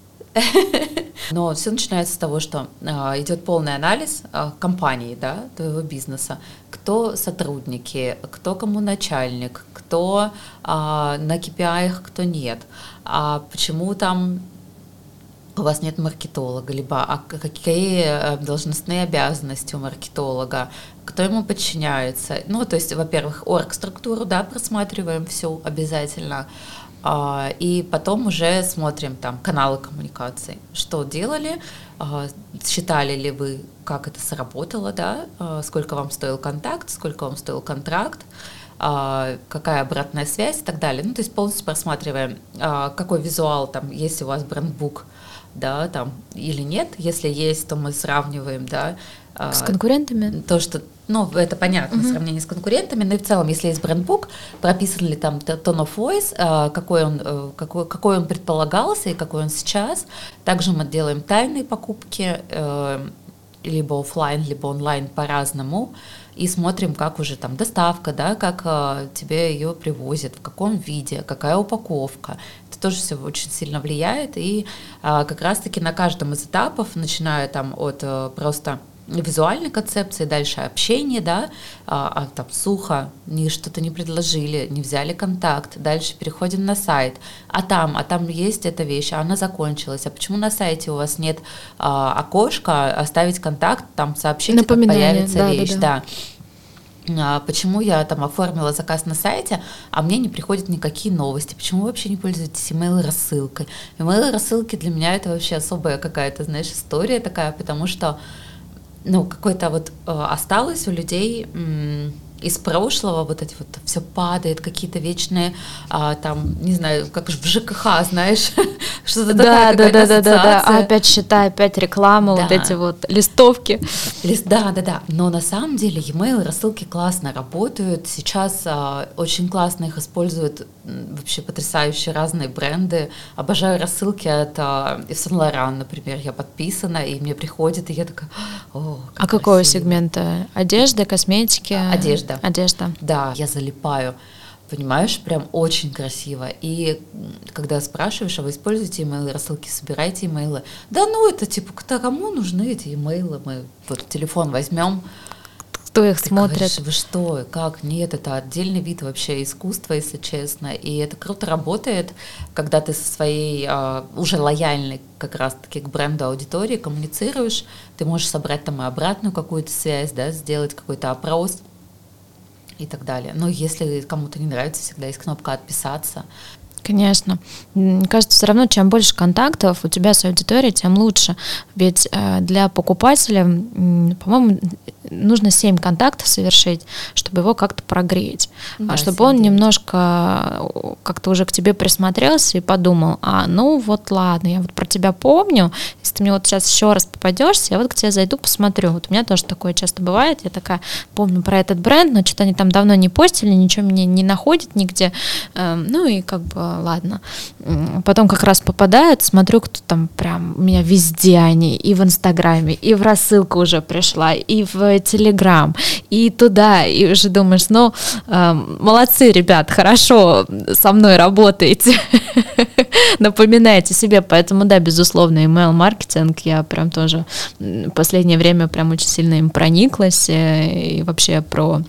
Speaker 2: Но все начинается с того, что э, идет полный анализ э, компании, да, твоего бизнеса, кто сотрудники, кто кому начальник, кто э, на кей пи ай, кто нет, а почему там у вас нет маркетолога, либо а какие должностные обязанности у маркетолога, кто ему подчиняется. Ну, то есть, во-первых, орг-структуру, да, просматриваем всю обязательно. И потом уже смотрим там каналы коммуникации, что делали, считали ли вы, как это сработало, да, сколько вам стоил контакт, сколько вам стоил контракт, какая обратная связь и так далее. Ну, то есть полностью просматриваем, какой визуал там, если у вас брендбук, да, там, или нет. Если есть, то мы сравниваем, да.
Speaker 1: С конкурентами?
Speaker 2: То, что, ну, это понятно, uh-huh. сравнение с конкурентами, но и в целом, если есть брендбук, прописан ли там tone of voice, какой он, какой, какой он предполагался и какой он сейчас. Также мы делаем тайные покупки, либо офлайн, либо онлайн по-разному, и смотрим, как уже там доставка, да, как тебе ее привозят, в каком виде, какая упаковка. Это тоже все очень сильно влияет, и как раз-таки на каждом из этапов, начиная там от просто визуальной концепции, дальше общение, да, а, а там сухо, ни что-то не предложили, не взяли контакт, дальше переходим на сайт, а там, а там есть эта вещь, а она закончилась, а почему на сайте у вас нет а, окошка, оставить контакт, там сообщите, как появится да, вещь, да, да. да. Почему я там оформила заказ на сайте, а мне не приходят никакие новости, почему вы вообще не пользуетесь email-рассылкой? Email-рассылки для меня это вообще особая какая-то, знаешь, история такая, потому что ну, какой-то вот э, осталось у людей м- из прошлого, вот эти вот все падает, какие-то вечные, а, там, не знаю, как в ЖКХ, знаешь, что-то
Speaker 1: да,
Speaker 2: такое,
Speaker 1: да, да, да, да, да, опять счета, опять реклама, да. Вот эти вот листовки.
Speaker 2: Лист, да, да, да, но на самом деле e-mail рассылки классно работают, сейчас а, очень классно их используют вообще потрясающие разные бренды, обожаю рассылки от а, Yves Saint Laurent, например, я подписана, и мне приходит, и я такая, о, как
Speaker 1: а красиво. Какого сегмента? Одежда, косметики?
Speaker 2: Одежда.
Speaker 1: Одежда.
Speaker 2: Да, я залипаю, понимаешь, прям очень красиво. И когда спрашиваешь, а вы используете имейлы, рассылки, собираете имейлы? Да ну это типа, кому нужны эти имейлы? Мы вот телефон возьмем.
Speaker 1: Кто их
Speaker 2: Ты
Speaker 1: смотрит?
Speaker 2: Говоришь, вы что, как? Нет, это отдельный вид вообще искусства, если честно. И это круто работает, когда ты со своей а, уже лояльной как раз-таки к бренду аудитории коммуницируешь, ты можешь собрать там и обратную какую-то связь, да, сделать какой-то опрос и так далее. Но если кому-то не нравится, всегда есть кнопка «Отписаться».
Speaker 1: Конечно. Мне кажется, все равно, чем больше контактов у тебя с аудиторией, тем лучше. Ведь э, для покупателя, э, по-моему, нужно семь контактов совершить, чтобы его как-то прогреть. Да, чтобы он делать. Немножко как-то уже к тебе присмотрелся и подумал, а, ну вот ладно, я вот про тебя помню, если ты мне вот сейчас еще раз попадешься, я вот к тебе зайду, посмотрю. Вот у меня тоже такое часто бывает, я такая помню про этот бренд, но что-то они там давно не постили, ничего мне не находят нигде, э, ну и как бы ладно. Потом как раз попадают, смотрю, кто там прям, у меня везде они, и в Инстаграме, и в рассылку уже пришла, и в Telegram, и туда, и уже думаешь, ну, э, молодцы, ребят, хорошо со мной работаете, напоминайте себе, поэтому, да, безусловно, email-маркетинг, я прям тоже в последнее время прям очень сильно им прониклась, и вообще про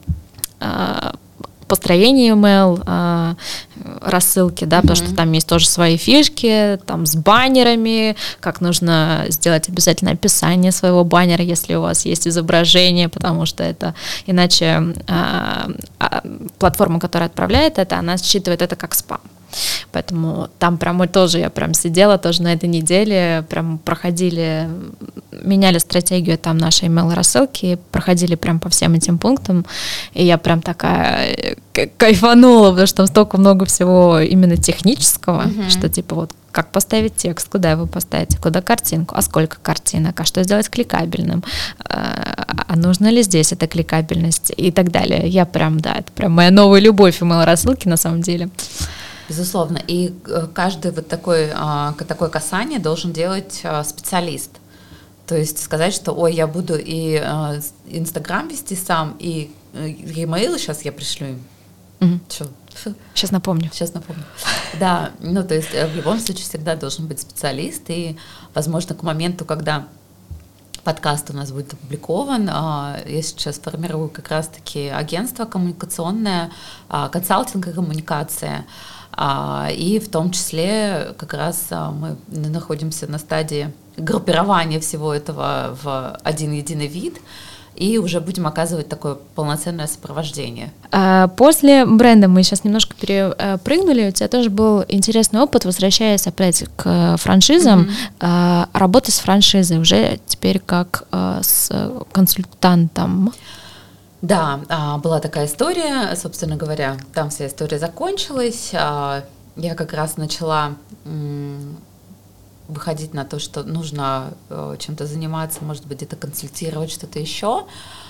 Speaker 1: построение email, рассылки, да, mm-hmm. потому что там есть тоже свои фишки, там с баннерами, как нужно сделать обязательно описание своего баннера, если у вас есть изображение, потому что это иначе а, а, платформа, которая отправляет это, она считывает это как спам. Поэтому там прям тоже я прям сидела тоже на этой неделе, прям проходили, меняли стратегию там нашей email-рассылки, проходили прям по всем этим пунктам, и я прям такая кайфанула, потому что там столько много всего именно технического, mm-hmm. что типа вот как поставить текст, куда его поставить, куда картинку, а сколько картинок, а что сделать кликабельным, а нужно ли здесь эта кликабельность и так далее. Я прям, да, это прям моя новая любовь email-рассылки на самом деле.
Speaker 2: Безусловно. И каждый вот такой, такое касание должен делать специалист. То есть сказать, что ой, я буду и Инстаграм вести сам, и e-mail сейчас я пришлю им.
Speaker 1: Угу. Сейчас напомню.
Speaker 2: Сейчас напомню. Да, ну то есть в любом случае всегда должен быть специалист, и, возможно, к моменту, когда подкаст у нас будет опубликован, я сейчас формирую как раз-таки агентство коммуникационное, консалтинг и коммуникация. И в том числе как раз мы находимся на стадии группирования всего этого в один единый вид, и уже будем оказывать такое полноценное сопровождение.
Speaker 1: После бренда мы сейчас немножко перепрыгнули, у тебя тоже был интересный опыт, возвращаясь опять к франшизам, mm-hmm. работы с франшизой уже теперь как с консультантом.
Speaker 2: Да, была такая история, собственно говоря, там вся история закончилась. Я как раз начала выходить на то, что нужно чем-то заниматься, может быть, где-то консультировать, что-то еще.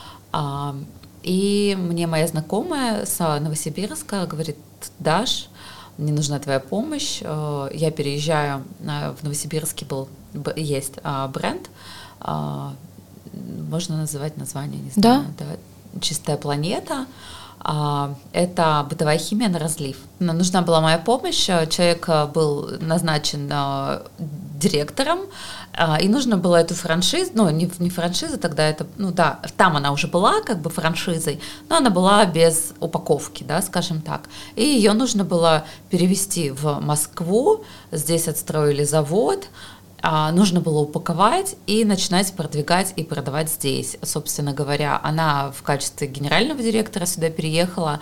Speaker 2: И мне моя знакомая с Новосибирска говорит: Даш, мне нужна твоя помощь. Я переезжаю, в Новосибирске был, есть бренд, можно называть название, не знаю,
Speaker 1: да?
Speaker 2: Да, «Чистая планета». Это бытовая химия на разлив. Нам нужна была моя помощь. Человек был назначен директором, и нужно было эту франшизу, ну, не, не франшиза тогда, это, ну да, там она уже была как бы франшизой, но она была без упаковки, да, скажем так. И ее нужно было перевести в Москву, здесь отстроили завод, нужно было упаковать и начинать продвигать и продавать здесь. Собственно говоря, она в качестве генерального директора сюда переехала,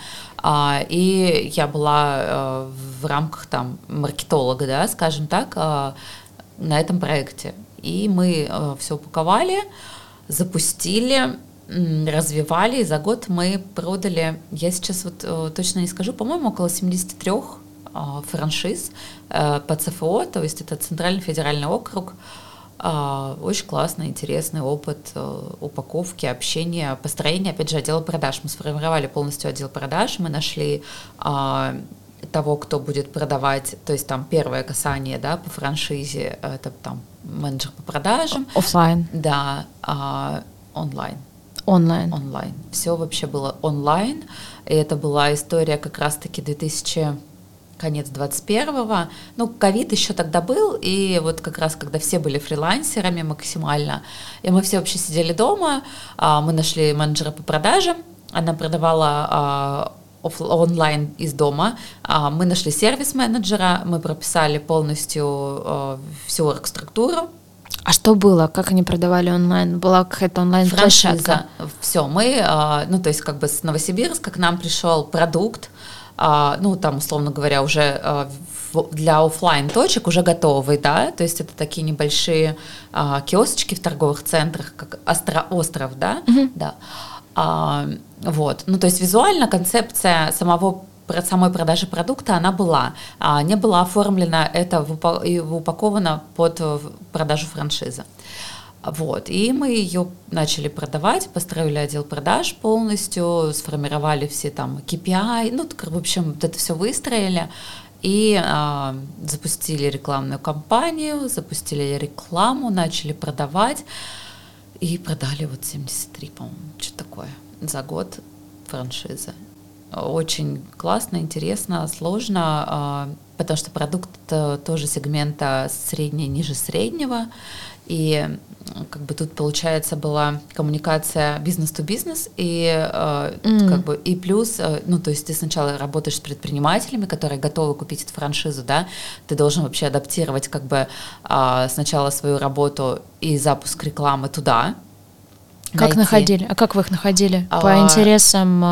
Speaker 2: и я была в рамках там маркетолога, да, скажем так, на этом проекте. И мы все упаковали, запустили, развивали, и за год мы продали, я сейчас вот точно не скажу, по-моему, около семьдесят три франшиз по ЦФО, то есть это Центральный федеральный округ. Очень классный, интересный опыт упаковки, общения, построения, опять же, отдела продаж. Мы сформировали полностью отдел продаж, мы нашли того, кто будет продавать, то есть там первое касание, да, по франшизе, это там менеджер по продажам.
Speaker 1: Оффлайн.
Speaker 2: Да, онлайн.
Speaker 1: Онлайн.
Speaker 2: Онлайн. Все вообще было онлайн, и это была история как раз-таки две тысячи конец двадцать первого, ну, ковид еще тогда был, и вот как раз, когда все были фрилансерами максимально, и мы все вообще сидели дома, мы нашли менеджера по продажам, она продавала онлайн из дома, мы нашли сервис-менеджера, мы прописали полностью всю оргструктуру.
Speaker 1: А что было? Как они продавали онлайн? Была какая-то онлайн-площадка?
Speaker 2: Все, мы, ну, то есть как бы с Новосибирска к нам пришел продукт, ну, там, условно говоря, уже для офлайн точек уже готовый, да, то есть это такие небольшие киосочки в торговых центрах, как остро, остров, да, mm-hmm. да, а, вот, ну, то есть визуально концепция самого самой продажи продукта, она была, а, не была оформлена, это и упаковано под продажу франшизы. Вот, и мы ее начали продавать, построили отдел продаж полностью, сформировали все там кей пи ай, ну, в общем, вот это все выстроили и а, запустили рекламную кампанию, запустили рекламу, начали продавать. и продали вот семьдесят три, по-моему, что такое, за год франшизы. Очень классно, интересно, сложно, потому что продукт тоже сегмента средний, ниже среднего, и как бы тут, получается, была коммуникация бизнес-то-бизнес, и mm. как бы и плюс, ну, то есть ты сначала работаешь с предпринимателями, которые готовы купить эту франшизу, да, ты должен вообще адаптировать как бы сначала свою работу и запуск рекламы туда.
Speaker 1: Как найти. находили? А как вы их находили? По а, интересам?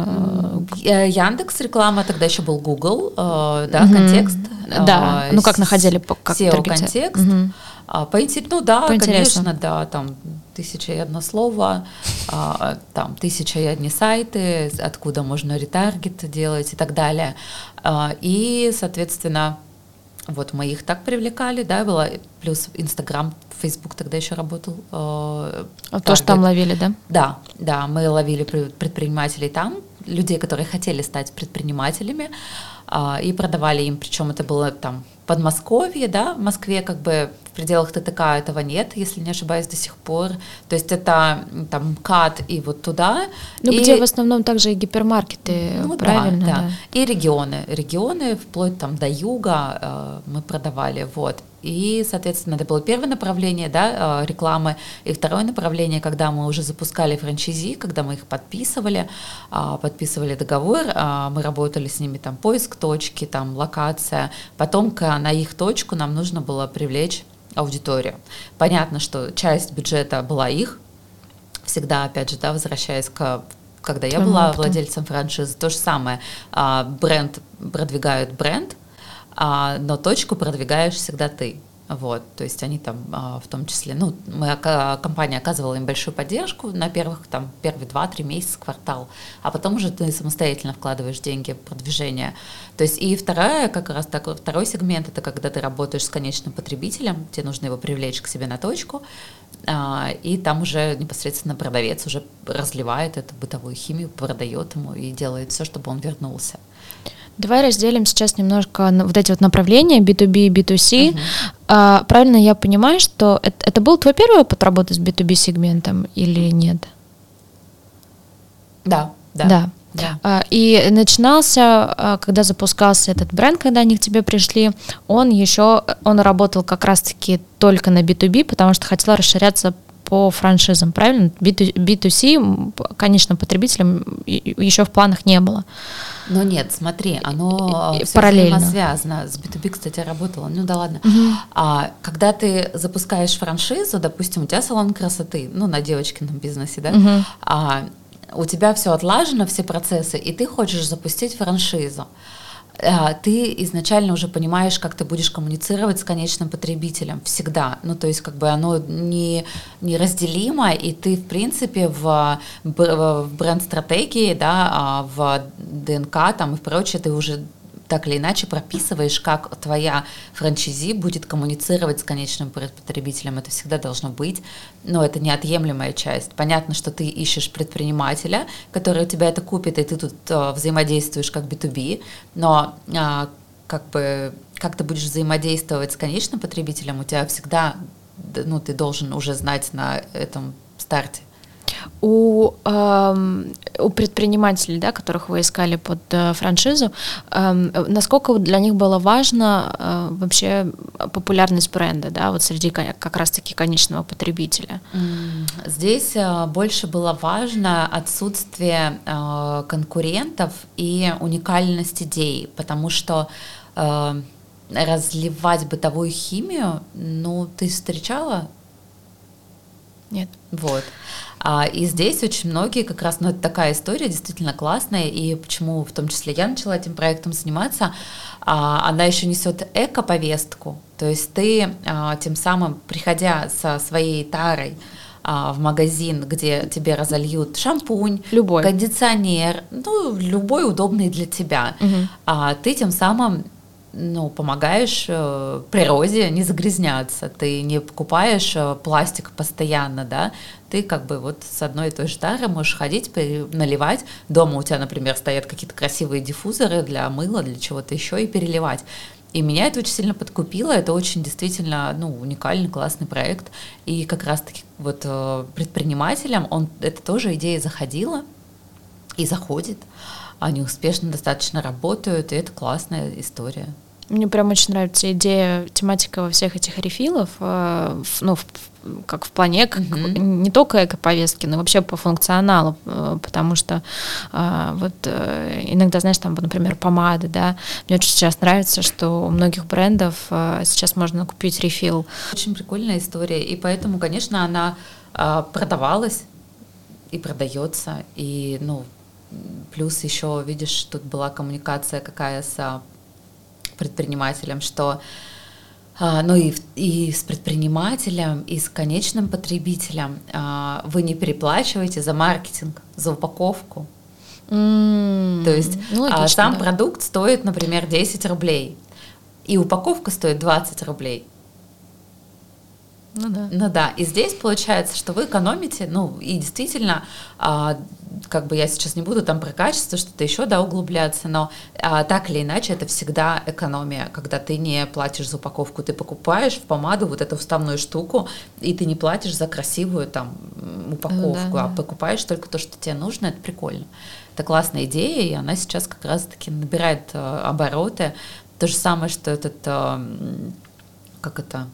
Speaker 2: Яндекс реклама, тогда еще был Google, да, угу. контекст.
Speaker 1: Да, ну как находили? Как
Speaker 2: сео-контекст. Угу. По ну да, По конечно, да, там тысяча и одно слово, там тысяча и одни сайты, откуда можно ретаргет делать и так далее. И, соответственно, вот мы их так привлекали, да, было, плюс Инстаграм, Фейсбук тогда еще работал. Э,
Speaker 1: а то, что там ловили, да?
Speaker 2: Да, да, мы ловили предпринимателей там, людей, которые хотели стать предпринимателями, э, и продавали им, причем это было там Подмосковье, да, в Москве как бы в пределах ТТК этого нет, если не ошибаюсь, до сих пор. То есть это там МКАД и вот туда.
Speaker 1: Ну,
Speaker 2: и,
Speaker 1: где в основном также и гипермаркеты, ну, правильно?
Speaker 2: Да,
Speaker 1: да.
Speaker 2: да. И регионы. Регионы вплоть там до юга э, мы продавали, вот. И, соответственно, это было первое направление, да, рекламы. И второе направление, когда мы уже запускали франчайзи, когда мы их подписывали, подписывали договор, мы работали с ними, там, поиск точки, там, локация. Потом на их точку нам нужно было привлечь аудиторию. Понятно, что часть бюджета была их, всегда, опять же, да, возвращаясь к... Когда я была опыту. владельцем франшизы, то же самое. Бренд продвигают бренд, А, но точку продвигаешь всегда ты. Вот, то есть они там а, в том числе, ну, мы, компания оказывала им большую поддержку на первых, там, первые два-три месяца, квартал, а потом уже ты самостоятельно вкладываешь деньги в продвижение. То есть и вторая, как раз такой, второй сегмент, это когда ты работаешь с конечным потребителем, тебе нужно его привлечь к себе на точку, а, и там уже непосредственно продавец уже разливает эту бытовую химию, продает ему и делает все, чтобы он вернулся.
Speaker 1: Давай разделим сейчас немножко вот эти вот направления би ту би и би ту си. Uh-huh. А, правильно я понимаю, что это, это был твой первый опыт работы с би ту би сегментом или нет?
Speaker 2: Да, да.
Speaker 1: Да.
Speaker 2: да.
Speaker 1: А, и начинался, когда запускался этот бренд, когда они к тебе пришли, он еще, он работал как раз-таки только на би ту би, потому что хотел расширяться по франшизам, правильно? би ту си, конечно, потребителям еще в планах не было.
Speaker 2: Но нет, смотри, оно
Speaker 1: все параллельно
Speaker 2: взаимосвязано. С би ту би, кстати, работало. Ну да ладно.
Speaker 1: Угу.
Speaker 2: А, когда ты запускаешь франшизу, допустим, у тебя салон красоты, ну на девочкином бизнесе, да,
Speaker 1: угу.
Speaker 2: а, у тебя все отлажено, все процессы, и ты хочешь запустить франшизу. Ты изначально уже понимаешь, как ты будешь коммуницировать с конечным потребителем всегда. Ну, то есть, как бы оно не, неразделимо, и ты, в принципе, в, в бренд-стратегии, да, в ДНК там, и прочее, ты уже так или иначе прописываешь, как твоя франчайзи будет коммуницировать с конечным потребителем. Это всегда должно быть, но это неотъемлемая часть. Понятно, что ты ищешь предпринимателя, который у тебя это купит, и ты тут а, взаимодействуешь как би ту би, но а, как бы, как ты будешь взаимодействовать с конечным потребителем, у тебя всегда, ну, ты должен уже знать на этом старте.
Speaker 1: У, э, у предпринимателей, да, которых вы искали под э, франшизу, э, насколько для них было важно э, вообще популярность бренда, да, вот среди как раз-таки конечного потребителя?
Speaker 2: Здесь э, больше было важно отсутствие э, конкурентов и уникальность идей, потому что э, разливать бытовую химию, ну, ты встречала?
Speaker 1: Нет.
Speaker 2: Вот. А, и здесь очень многие как раз, ну, это такая история действительно классная, и почему в том числе я начала этим проектом заниматься, а, она еще несет эко-повестку, то есть ты а, тем самым, приходя со своей тарой а, в магазин, где тебе разольют шампунь,
Speaker 1: любой.
Speaker 2: кондиционер, ну, любой удобный для тебя,
Speaker 1: угу.
Speaker 2: а, ты тем самым ну, помогаешь э, природе не загрязняться, ты не покупаешь э, пластик постоянно, да, ты как бы вот с одной и той же тары можешь ходить, наливать, дома у тебя, например, стоят какие-то красивые диффузоры для мыла, для чего-то еще, и переливать. И меня это очень сильно подкупило, это очень действительно, ну, уникальный, классный проект. И как раз-таки вот предпринимателям он, это тоже идея заходила и заходит. Они успешно достаточно работают, и это классная история.
Speaker 1: Мне прям очень нравится идея, тематика во всех этих рефилов, ну, как в плане эко, mm-hmm. не только эко-повестки, но вообще по функционалу, потому что вот иногда, знаешь, там, например, помады, да, мне очень сейчас нравится, что у многих брендов сейчас можно купить рефил.
Speaker 2: Очень прикольная история, и поэтому, конечно, она продавалась и продается, и, ну, плюс еще, видишь, тут была коммуникация какая с предпринимателем, что а, ну и, и с предпринимателем, и с конечным потребителем а, вы не переплачиваете за маркетинг, за упаковку. Mm, То есть ну, логично, а, сам да. продукт стоит, например, десять рублей, и упаковка стоит двадцать рублей.
Speaker 1: Ну да.
Speaker 2: Ну да, и здесь получается, что вы экономите, ну и действительно, а, как бы я сейчас не буду там про качество, что-то еще, да, углубляться, но а, так или иначе это всегда экономия, когда ты не платишь за упаковку, ты покупаешь в помаду вот эту вставную штуку, и ты не платишь за красивую там упаковку, да, а да. покупаешь только то, что тебе нужно, это прикольно. Это классная идея, и она сейчас как раз-таки набирает а, обороты. То же самое, что этот, а, как это...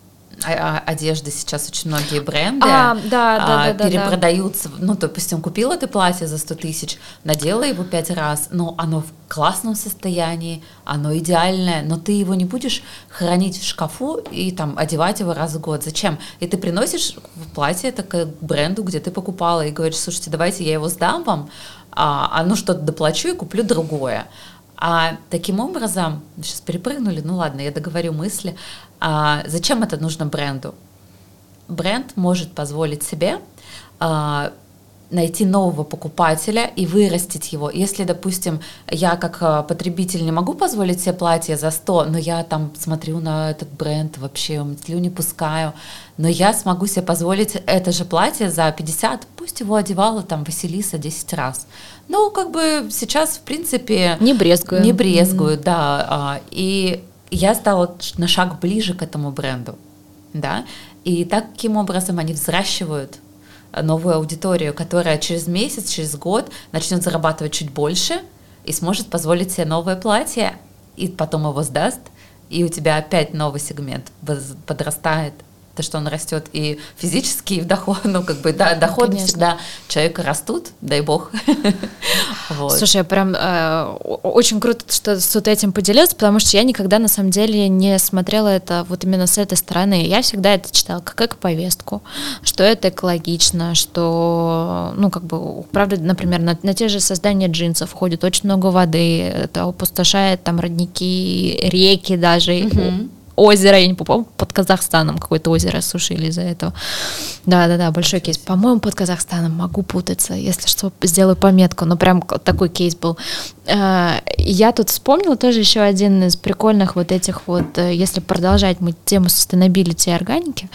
Speaker 2: одежды сейчас очень многие бренды
Speaker 1: а, да, да,
Speaker 2: а,
Speaker 1: да,
Speaker 2: перепродаются.
Speaker 1: Да.
Speaker 2: Ну, допустим, купила ты платье за сто тысяч, надела его пять раз, но оно в классном состоянии, оно идеальное, но ты его не будешь хранить в шкафу и там одевать его раз в год. Зачем? И ты приносишь платье это к бренду, где ты покупала, и говоришь: слушайте, давайте я его сдам вам, а, а ну что-то доплачу и куплю другое. А таким образом, сейчас перепрыгнули, ну ладно, я договорю мысли. А зачем это нужно бренду? Бренд может позволить себе а, найти нового покупателя и вырастить его. Если, допустим, я как потребитель не могу позволить себе платье за сто, но я там смотрю на этот бренд, вообще слюни пускаю, но я смогу себе позволить это же платье за пятьдесят, пусть его одевала там Василиса десять раз. Ну, как бы сейчас, в принципе...
Speaker 1: Не брезгую.
Speaker 2: Не брезгую, mm-hmm. да. И я стала на шаг ближе к этому бренду, да. И таким образом они взращивают новую аудиторию, которая через месяц, через год начнет зарабатывать чуть больше и сможет позволить себе новое платье, и потом его сдаст, и у тебя опять новый сегмент подрастает. То, что он растет и физически, и в доход, ну, как бы, да, доходы Конечно. Всегда человека растут, дай бог.
Speaker 1: Вот. Слушай, я прям э, очень круто, что ты этим поделилась, потому что я никогда, на самом деле, не смотрела это вот именно с этой стороны. Я всегда это читала как эко-повестку, что это экологично, что, ну, как бы, правда, например, на, на те же создания джинсов ходит очень много воды, это опустошает там родники, реки даже, mm-hmm. озеро, я не помню, под Казахстаном какое-то озеро осушили из-за этого. Да-да-да, большой кейс. По-моему, под Казахстаном, могу путаться, если что, сделаю пометку, но прям такой кейс был. Я тут вспомнила тоже еще один из прикольных вот этих вот, если продолжать мы тему sustainability и органики,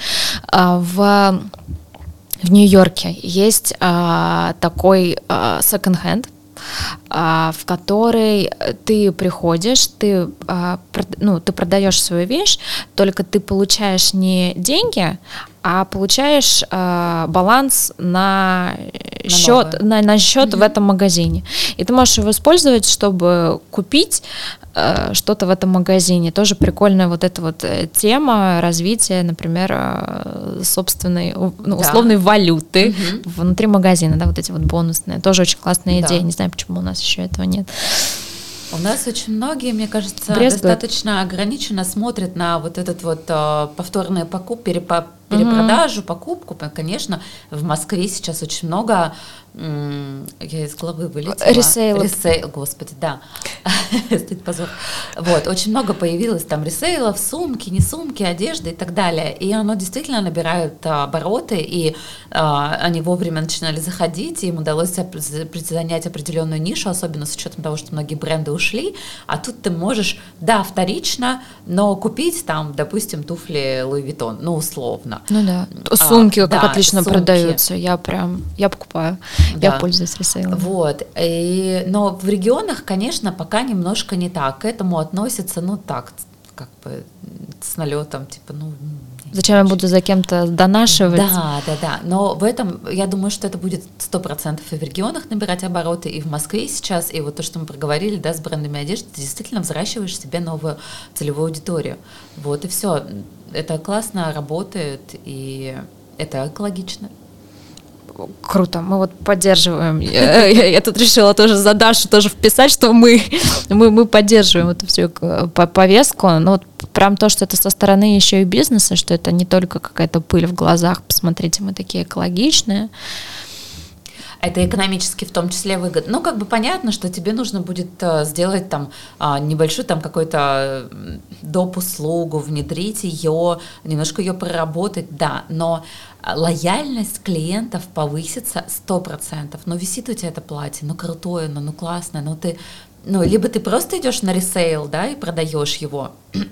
Speaker 1: в, в Нью-Йорке есть такой second-hand, в которой ты приходишь, ты, ну, ты продаешь свою вещь, только ты получаешь не деньги, а получаешь э, баланс на, на счет, на, на счет mm-hmm. в этом магазине. И ты можешь его использовать, чтобы купить э, что-то в этом магазине. Тоже прикольная вот эта вот тема развития, например, э, собственной, ну, условной да. валюты mm-hmm. внутри магазина, да, вот эти вот бонусные. Тоже очень классная идея. Да. Не знаю, почему у нас еще этого нет.
Speaker 2: У нас очень многие, мне кажется, Брезгует. достаточно ограниченно смотрят на вот этот вот uh, повторные покупки, перепо, перепродажу, mm-hmm. покупку. Конечно, в Москве сейчас очень много, м- я из головы вылетела.
Speaker 1: Ресейл.
Speaker 2: Ресейл, господи, да. Стыд, позор. Вот, очень много появилось там ресейлов, сумки, не сумки, одежды и так далее. И оно действительно набирает uh, обороты, и uh, они вовремя начинали заходить, и им удалось занять определенную нишу, особенно с учетом того, что многие бренды ушли, а тут ты можешь, да, вторично, но купить там, допустим, туфли Луи Виттон, ну, условно.
Speaker 1: Ну да, сумки а, как да, отлично сумки. Продаются, я прям, я покупаю, да. я пользуюсь ресейлом.
Speaker 2: Вот, и, но в регионах, конечно, пока немножко не так, к этому относятся, ну так, как бы с налетом, типа, ну...
Speaker 1: Зачем я буду за кем-то донашивать?
Speaker 2: Да, да, да. Но в этом, я думаю, что это будет сто процентов и в регионах набирать обороты, и в Москве сейчас. И вот то, что мы проговорили, да, с брендами одежды, ты действительно взращиваешь себе новую целевую аудиторию. Вот и все. Это классно работает, и это экологично.
Speaker 1: Круто, мы вот поддерживаем. Я, я, я тут решила тоже за Дашу тоже вписать, что мы, мы, мы поддерживаем эту всю повестку. Но вот прям то, что это со стороны еще и бизнеса, что это не только какая-то пыль в глазах, посмотрите, мы такие экологичные.
Speaker 2: Это экономически в том числе выгодно. Ну, как бы понятно, что тебе нужно будет сделать там небольшую там какую-то доп. Услугу, внедрить ее, немножко ее проработать, да, но лояльность клиентов повысится сто процентов. Ну, висит у тебя это платье, ну, крутое, ну, ну классное, ну, ты, ну, либо ты просто идешь на ресейл, да, и продаешь его,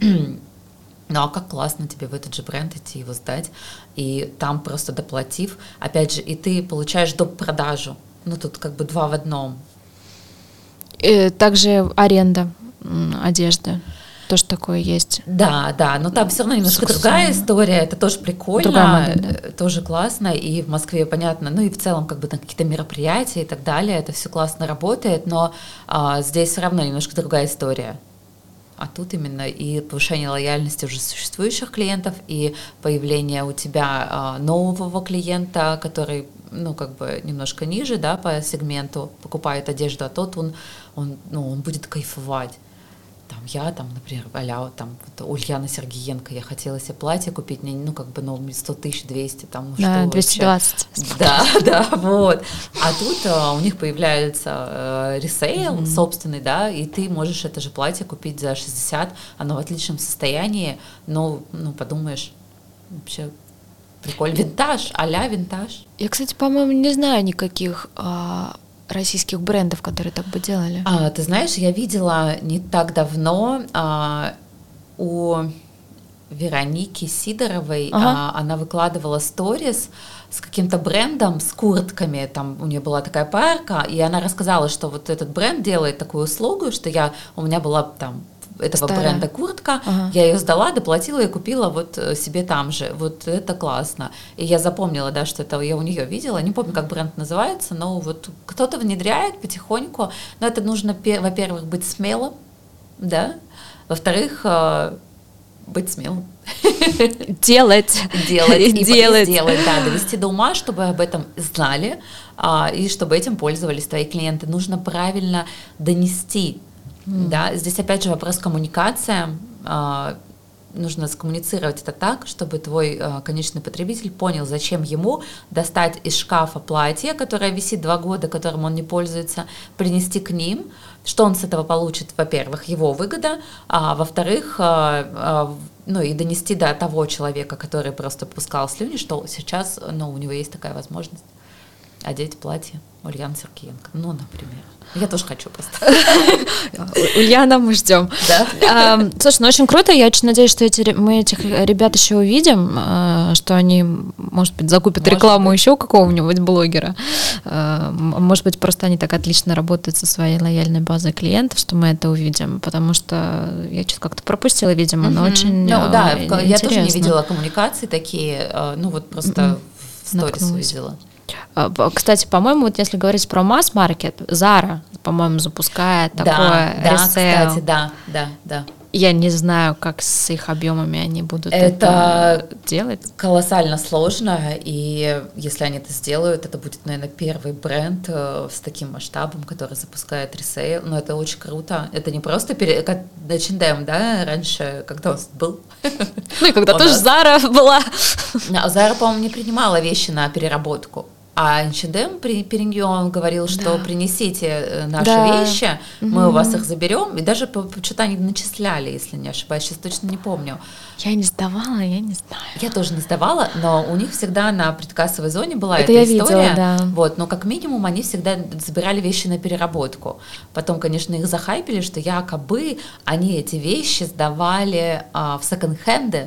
Speaker 2: ну, а как классно тебе в этот же бренд идти его сдать, и там просто доплатив, опять же, и ты получаешь доп. Продажу, ну, тут как бы два в одном.
Speaker 1: И также аренда одежды. Тоже такое есть.
Speaker 2: Да, да, но там все равно немножко другая история, это тоже прикольно, модель, да. Тоже классно, и в Москве понятно, ну и в целом как бы на какие-то мероприятия и так далее, это все классно работает, но а, здесь все равно немножко другая история. А тут именно и повышение лояльности уже существующих клиентов, и появление у тебя а, нового клиента, который, ну, как бы немножко ниже, да, по сегменту покупает одежду, а тот он, он, ну, он будет кайфовать. Там я, там, например, а-ля, там, вот Ульяна Сергеенко, я хотела себе платье купить, мне, ну, как бы, ну, сто тысяч двести, там, ну,
Speaker 1: да,
Speaker 2: что
Speaker 1: двести двадцать.
Speaker 2: Да, да, вот. А тут а, у них появляется а, ресейл mm-hmm. собственный, да, и ты можешь это же платье купить за шестьдесят, оно в отличном состоянии, но, ну, подумаешь, вообще прикольно. Винтаж, а-ля винтаж.
Speaker 1: Я, кстати, по-моему, не знаю никаких... А... российских брендов, которые так бы делали?
Speaker 2: А, ты знаешь, я видела не так давно а, у Вероники Сидоровой, ага. а, она выкладывала сторис с каким-то брендом, с куртками, там у нее была такая парка, и она рассказала, что вот этот бренд делает такую услугу, что я, у меня была там этого Старая. бренда куртка, ага. я ее сдала, доплатила и купила вот себе там же. Вот это классно. И я запомнила, да, что это я у нее видела. Не помню, как бренд называется, но вот кто-то внедряет потихоньку. Но это нужно, во-первых, быть смелым, да, во-вторых, быть смелым.
Speaker 1: Делать.
Speaker 2: Делать. И делать. Делать, да, довести до ума, чтобы об этом знали, и чтобы этим пользовались твои клиенты. Нужно правильно донести. Mm. Да, здесь опять же вопрос коммуникация. А, нужно скоммуницировать это так, чтобы твой а, конечный потребитель понял, зачем ему достать из шкафа платье, которое висит два года, которым он не пользуется, принести к ним, что он с этого получит, во-первых, его выгода, а во-вторых, а, а, ну и донести до того человека, который просто пускал слюни, что сейчас, ну, у него есть такая возможность одеть платье Ульяны Сергеенко, ну, например. Я тоже хочу просто.
Speaker 1: Ульяна, мы ждем.
Speaker 2: Да?
Speaker 1: А, слушай, ну очень круто. Я очень надеюсь, что эти, мы этих ребят еще увидим, что они, может быть, закупят может рекламу быть. еще у какого-нибудь блогера. Может быть, просто они так отлично работают со своей лояльной базой клиентов, что мы это увидим, потому что я что-то как-то пропустила, видимо, но mm-hmm. очень
Speaker 2: ну, да,
Speaker 1: интересно.
Speaker 2: Я тоже не видела коммуникации такие, ну вот просто mm-hmm. в сторис увидела.
Speaker 1: Кстати, по-моему, вот если говорить про масс-маркет, Zara, по-моему, запускает
Speaker 2: да,
Speaker 1: такое
Speaker 2: да,
Speaker 1: ресейл.
Speaker 2: Кстати, да, да, да.
Speaker 1: Я не знаю, как с их объемами они будут это, это делать.
Speaker 2: Колоссально сложно, и если они это сделают, это будет, наверное, первый бренд с таким масштабом, который запускает ресейл. Но это очень круто. Это не просто пере... как эйч энд эм, да, раньше, когда он был.
Speaker 1: Ну и когда тоже Zara была.
Speaker 2: Zara, по-моему, не принимала вещи на переработку. А эйч энд эм при, при нее он говорил, что да. принесите наши да. вещи, мы угу. у вас их заберем. И даже что-то они начисляли, если не ошибаюсь, сейчас точно не помню.
Speaker 1: Я не сдавала, я не знаю.
Speaker 2: Я тоже не сдавала, но у них всегда на предкассовой зоне была
Speaker 1: это
Speaker 2: эта
Speaker 1: я
Speaker 2: история.
Speaker 1: Видела, да.
Speaker 2: Вот, но как минимум они всегда забирали вещи на переработку. Потом, конечно, их захайпили, что якобы они эти вещи сдавали а, в секонд-хенды.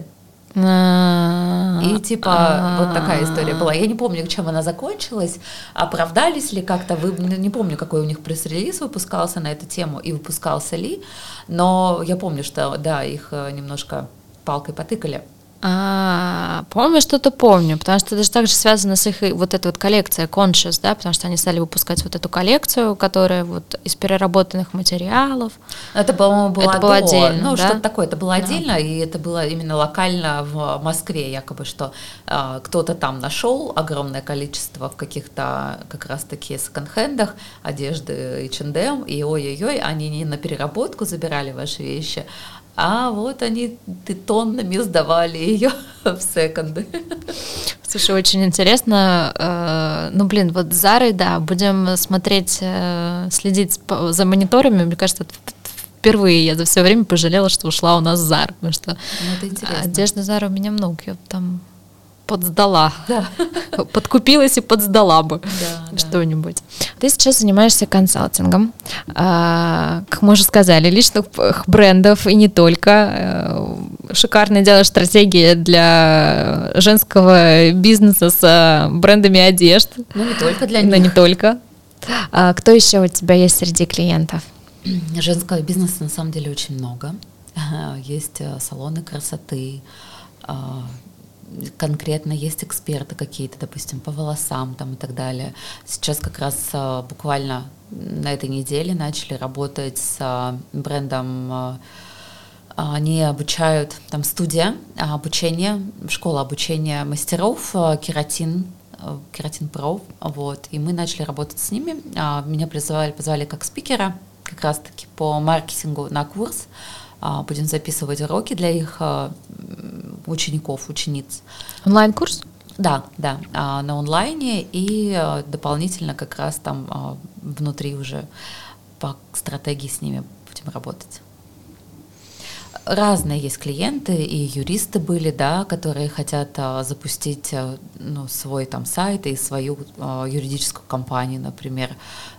Speaker 2: И типа вот такая история была. Я не помню, чем она закончилась, оправдались ли как-то, вы, не помню, какой у них пресс-релиз выпускался на эту тему и выпускался ли, но я помню, что да, их немножко палкой потыкали.
Speaker 1: А, помню, что-то помню, потому что это же также связано с их вот этой вот коллекцией Conscious, да, потому что они стали выпускать вот эту коллекцию, которая вот из переработанных материалов.
Speaker 2: Это, по-моему, было,
Speaker 1: это было отдельно,
Speaker 2: ну,
Speaker 1: да?
Speaker 2: что-то такое, это было
Speaker 1: да.
Speaker 2: отдельно, и это было именно локально в Москве, якобы, что э, кто-то там нашел огромное количество в каких-то как раз-таки секонд-хендах одежды эйч энд эм, и ой-ой-ой, они не на переработку забирали ваши вещи, а вот они тоннами сдавали ее в секонды.
Speaker 1: Слушай, очень интересно. Ну, блин, вот с Зарой, да, будем смотреть, следить за мониторами. Мне кажется, впервые я за все время пожалела, что ушла у нас Зара, потому что
Speaker 2: ну,
Speaker 1: одежды Зары у меня много, я там подсдала.
Speaker 2: Да.
Speaker 1: Подкупилась и подсдала бы
Speaker 2: да,
Speaker 1: что-нибудь. Ты сейчас занимаешься консалтингом, как мы уже сказали, личных брендов и не только. Шикарно делаешь стратегии для женского бизнеса с брендами одежд.
Speaker 2: Ну, не только для них.
Speaker 1: Но не только. Кто еще у тебя есть среди клиентов?
Speaker 2: Женского бизнеса на самом деле очень много. Есть салоны красоты, конкретно есть эксперты какие-то, допустим, по волосам там и так далее. Сейчас как раз а, буквально на этой неделе начали работать с а, брендом, а, они обучают, там студия а, обучения, школа обучения мастеров, а, кератин, а, кератин про, вот, и мы начали работать с ними. А, меня позвали, позвали как спикера, как раз-таки по маркетингу на курс. Будем записывать уроки для их учеников, учениц.
Speaker 1: Онлайн-курс?
Speaker 2: Да, да, на онлайне и дополнительно как раз там внутри уже по стратегии с ними будем работать. Разные есть клиенты, и юристы были, да, которые хотят а, запустить ну, свой там сайт и свою а, юридическую компанию, например.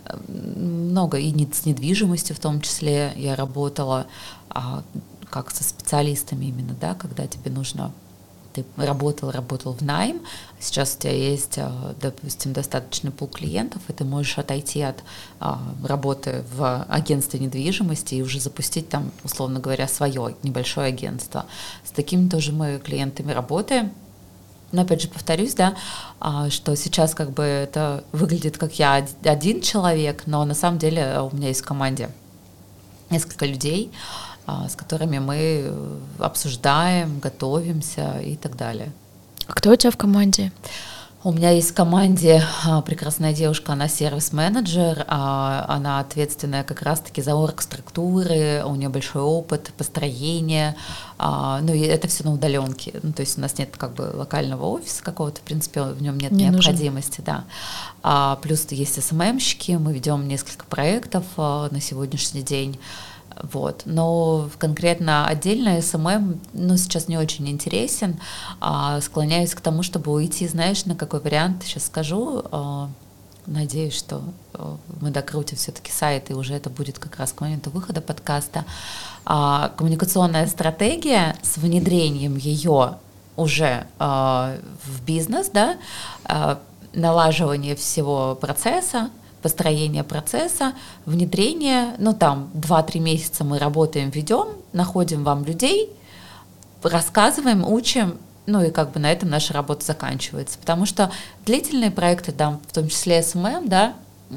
Speaker 2: Много и не, с недвижимостью в том числе я работала, а, как со специалистами именно, да, когда тебе нужно, ты работал, работал в найм, сейчас у тебя есть, допустим, достаточный пул клиентов, и ты можешь отойти от а, работы в агентстве недвижимости и уже запустить там, условно говоря, свое небольшое агентство. С такими тоже мы клиентами работаем. Но опять же повторюсь, да, а, что сейчас как бы это выглядит как я один человек, но на самом деле у меня есть в команде несколько людей, с которыми мы обсуждаем, готовимся и так далее.
Speaker 1: А кто у тебя в команде?
Speaker 2: У меня есть в команде прекрасная девушка, она сервис-менеджер, она ответственная как раз-таки за оргструктуры, у нее большой опыт построения, ну и это все на удаленке, ну, то есть у нас нет как бы локального офиса какого-то, в принципе, в нем нет не необходимости, нужен. Да. Плюс есть эс эм эм-щики, мы ведем несколько проектов на сегодняшний день. Вот. Но конкретно отдельно эс эм эм ну, сейчас не очень интересен. А, склоняюсь к тому, чтобы уйти, знаешь, на какой вариант, сейчас скажу. А, надеюсь, что а, мы докрутим все-таки сайт, и уже это будет как раз к моменту выхода подкаста. А, коммуникационная стратегия с внедрением ее уже а, в бизнес, да, а, налаживание всего процесса, построение процесса, внедрение, ну там два-три месяца мы работаем, ведем, находим вам людей, рассказываем, учим, ну и как бы на этом наша работа заканчивается. Потому что длительные проекты, да, в том числе эс эм эм, да,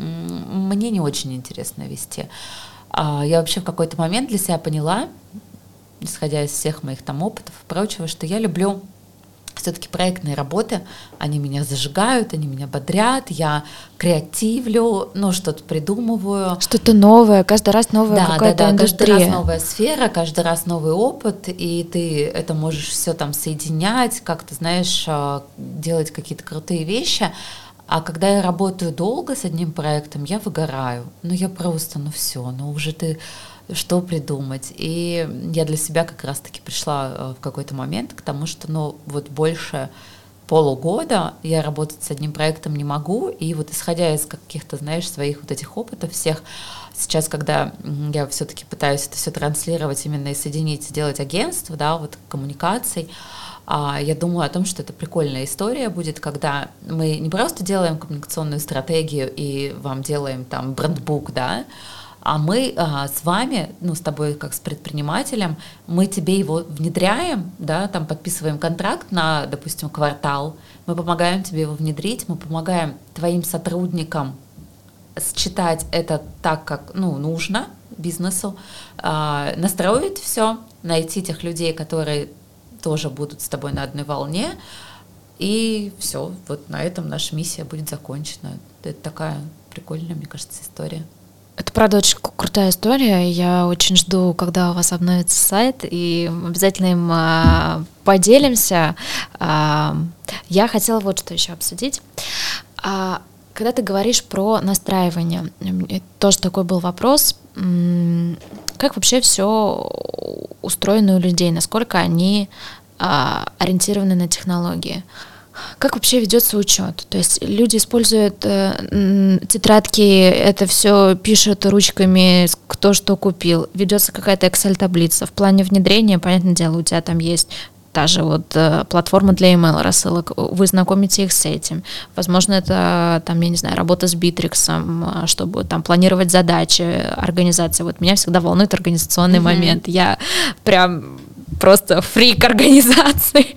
Speaker 2: мне не очень интересно вести. Я вообще в какой-то момент для себя поняла, исходя из всех моих там опытов и прочего, что я люблю все-таки проектные работы, они меня зажигают, они меня бодрят, я креативлю, ну, что-то придумываю.
Speaker 1: Что-то новое, каждый раз новая
Speaker 2: да,
Speaker 1: какая-то
Speaker 2: да, да,
Speaker 1: индустрия.
Speaker 2: Каждый раз новая сфера, каждый раз новый опыт, и ты это можешь все там соединять, как-то, знаешь, делать какие-то крутые вещи. А когда я работаю долго с одним проектом, я выгораю. Ну, я просто, ну все, ну уже ты... что придумать. И я для себя как раз-таки пришла в какой-то момент к тому, что ну вот больше полугода я работать с одним проектом не могу, и вот исходя из каких-то, знаешь, своих вот этих опытов всех, сейчас, когда я все-таки пытаюсь это все транслировать именно и соединить, сделать агентство, да, вот коммуникаций, я думаю о том, что это прикольная история будет, когда мы не просто делаем коммуникационную стратегию и вам делаем там брендбук, да, а мы а, с вами, ну, с тобой как с предпринимателем, мы тебе его внедряем, да, там подписываем контракт на, допустим, квартал, мы помогаем тебе его внедрить, мы помогаем твоим сотрудникам считать это так, как, ну, нужно бизнесу, а, настроить все, найти тех людей, которые тоже будут с тобой на одной волне, и все, вот на этом наша миссия будет закончена. Это такая прикольная, мне кажется, история.
Speaker 1: Это, правда, очень крутая история. Я очень жду, когда у вас обновится сайт, и обязательно им а, поделимся. А, я хотела вот что еще обсудить. А, когда ты говоришь про настраивание, тоже такой был вопрос, как вообще все устроено у людей, насколько они а, ориентированы на технологии. Как вообще ведется учет? То есть люди используют э, тетрадки, это все пишут ручками, кто что купил, ведется какая-то Excel-таблица. В плане внедрения, понятное дело, у тебя там есть та же вот э, платформа для email рассылок, вы знакомите их с этим. Возможно, это там, я не знаю, работа с Битриксом, чтобы там планировать задачи, организация. Вот меня всегда волнует организационный mm-hmm. момент. Я прям просто фрик организации.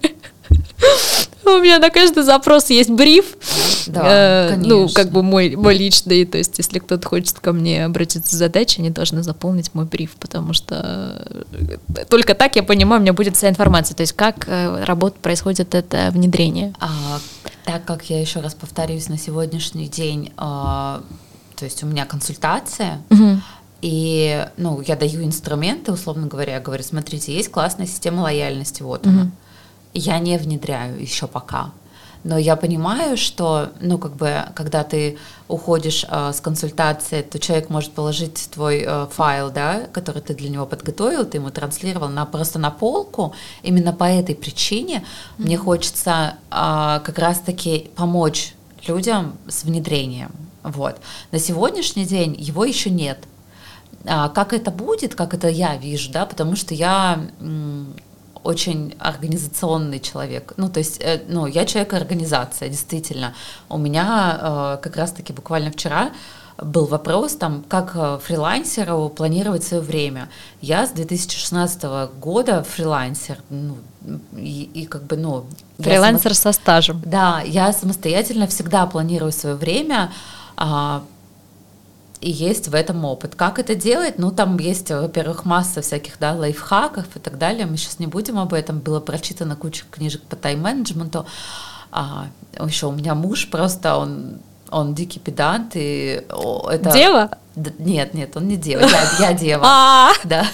Speaker 1: У меня на каждый запрос есть бриф,
Speaker 2: да,
Speaker 1: э, ну, как бы мой, мой личный, то есть если кто-то хочет ко мне обратиться с задачей, они должны заполнить мой бриф, потому что только так я понимаю, у меня будет вся информация, то есть как э, работа происходит это внедрение.
Speaker 2: А, так как я еще раз повторюсь, на сегодняшний день, э, то есть у меня консультация, угу. и, ну, я даю инструменты, условно говоря, я говорю, смотрите, есть классная система лояльности, вот она. Угу. Я не внедряю еще пока, но я понимаю, что, ну, как бы, когда ты уходишь э, с консультации, то человек может положить твой э, файл, да, который ты для него подготовил, ты ему транслировал на, просто на полку. Именно по этой причине mm-hmm. мне хочется э, как раз-таки помочь людям с внедрением. Вот. На сегодняшний день его еще нет. А как это будет, как это я вижу, да, потому что я... М- очень организационный человек. Ну, то есть, э, ну, я человек-организация, действительно. У меня э, как раз-таки буквально вчера был вопрос, там, как фрилансеру планировать свое время. Я с две тысячи шестнадцатого года фрилансер. Ну, и, и как бы, ну...
Speaker 1: Фрилансер
Speaker 2: само...
Speaker 1: со стажем.
Speaker 2: Да, я самостоятельно всегда планирую свое время, а, и есть в этом опыт. Как это делать? Ну, там есть, во-первых, масса всяких, да, лайфхаков и так далее. Мы сейчас не будем об этом. Было прочитано куча книжек по тайм-менеджменту. А, еще у меня муж просто, он, он дикий педант. И это...
Speaker 1: Дева?
Speaker 2: Нет, нет, он не дева. Я, я дева. Да.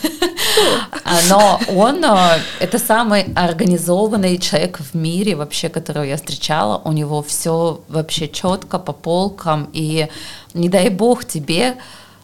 Speaker 2: Но он, это самый организованный человек в мире вообще, которого я встречала. У него все вообще четко по полкам, и не дай бог тебе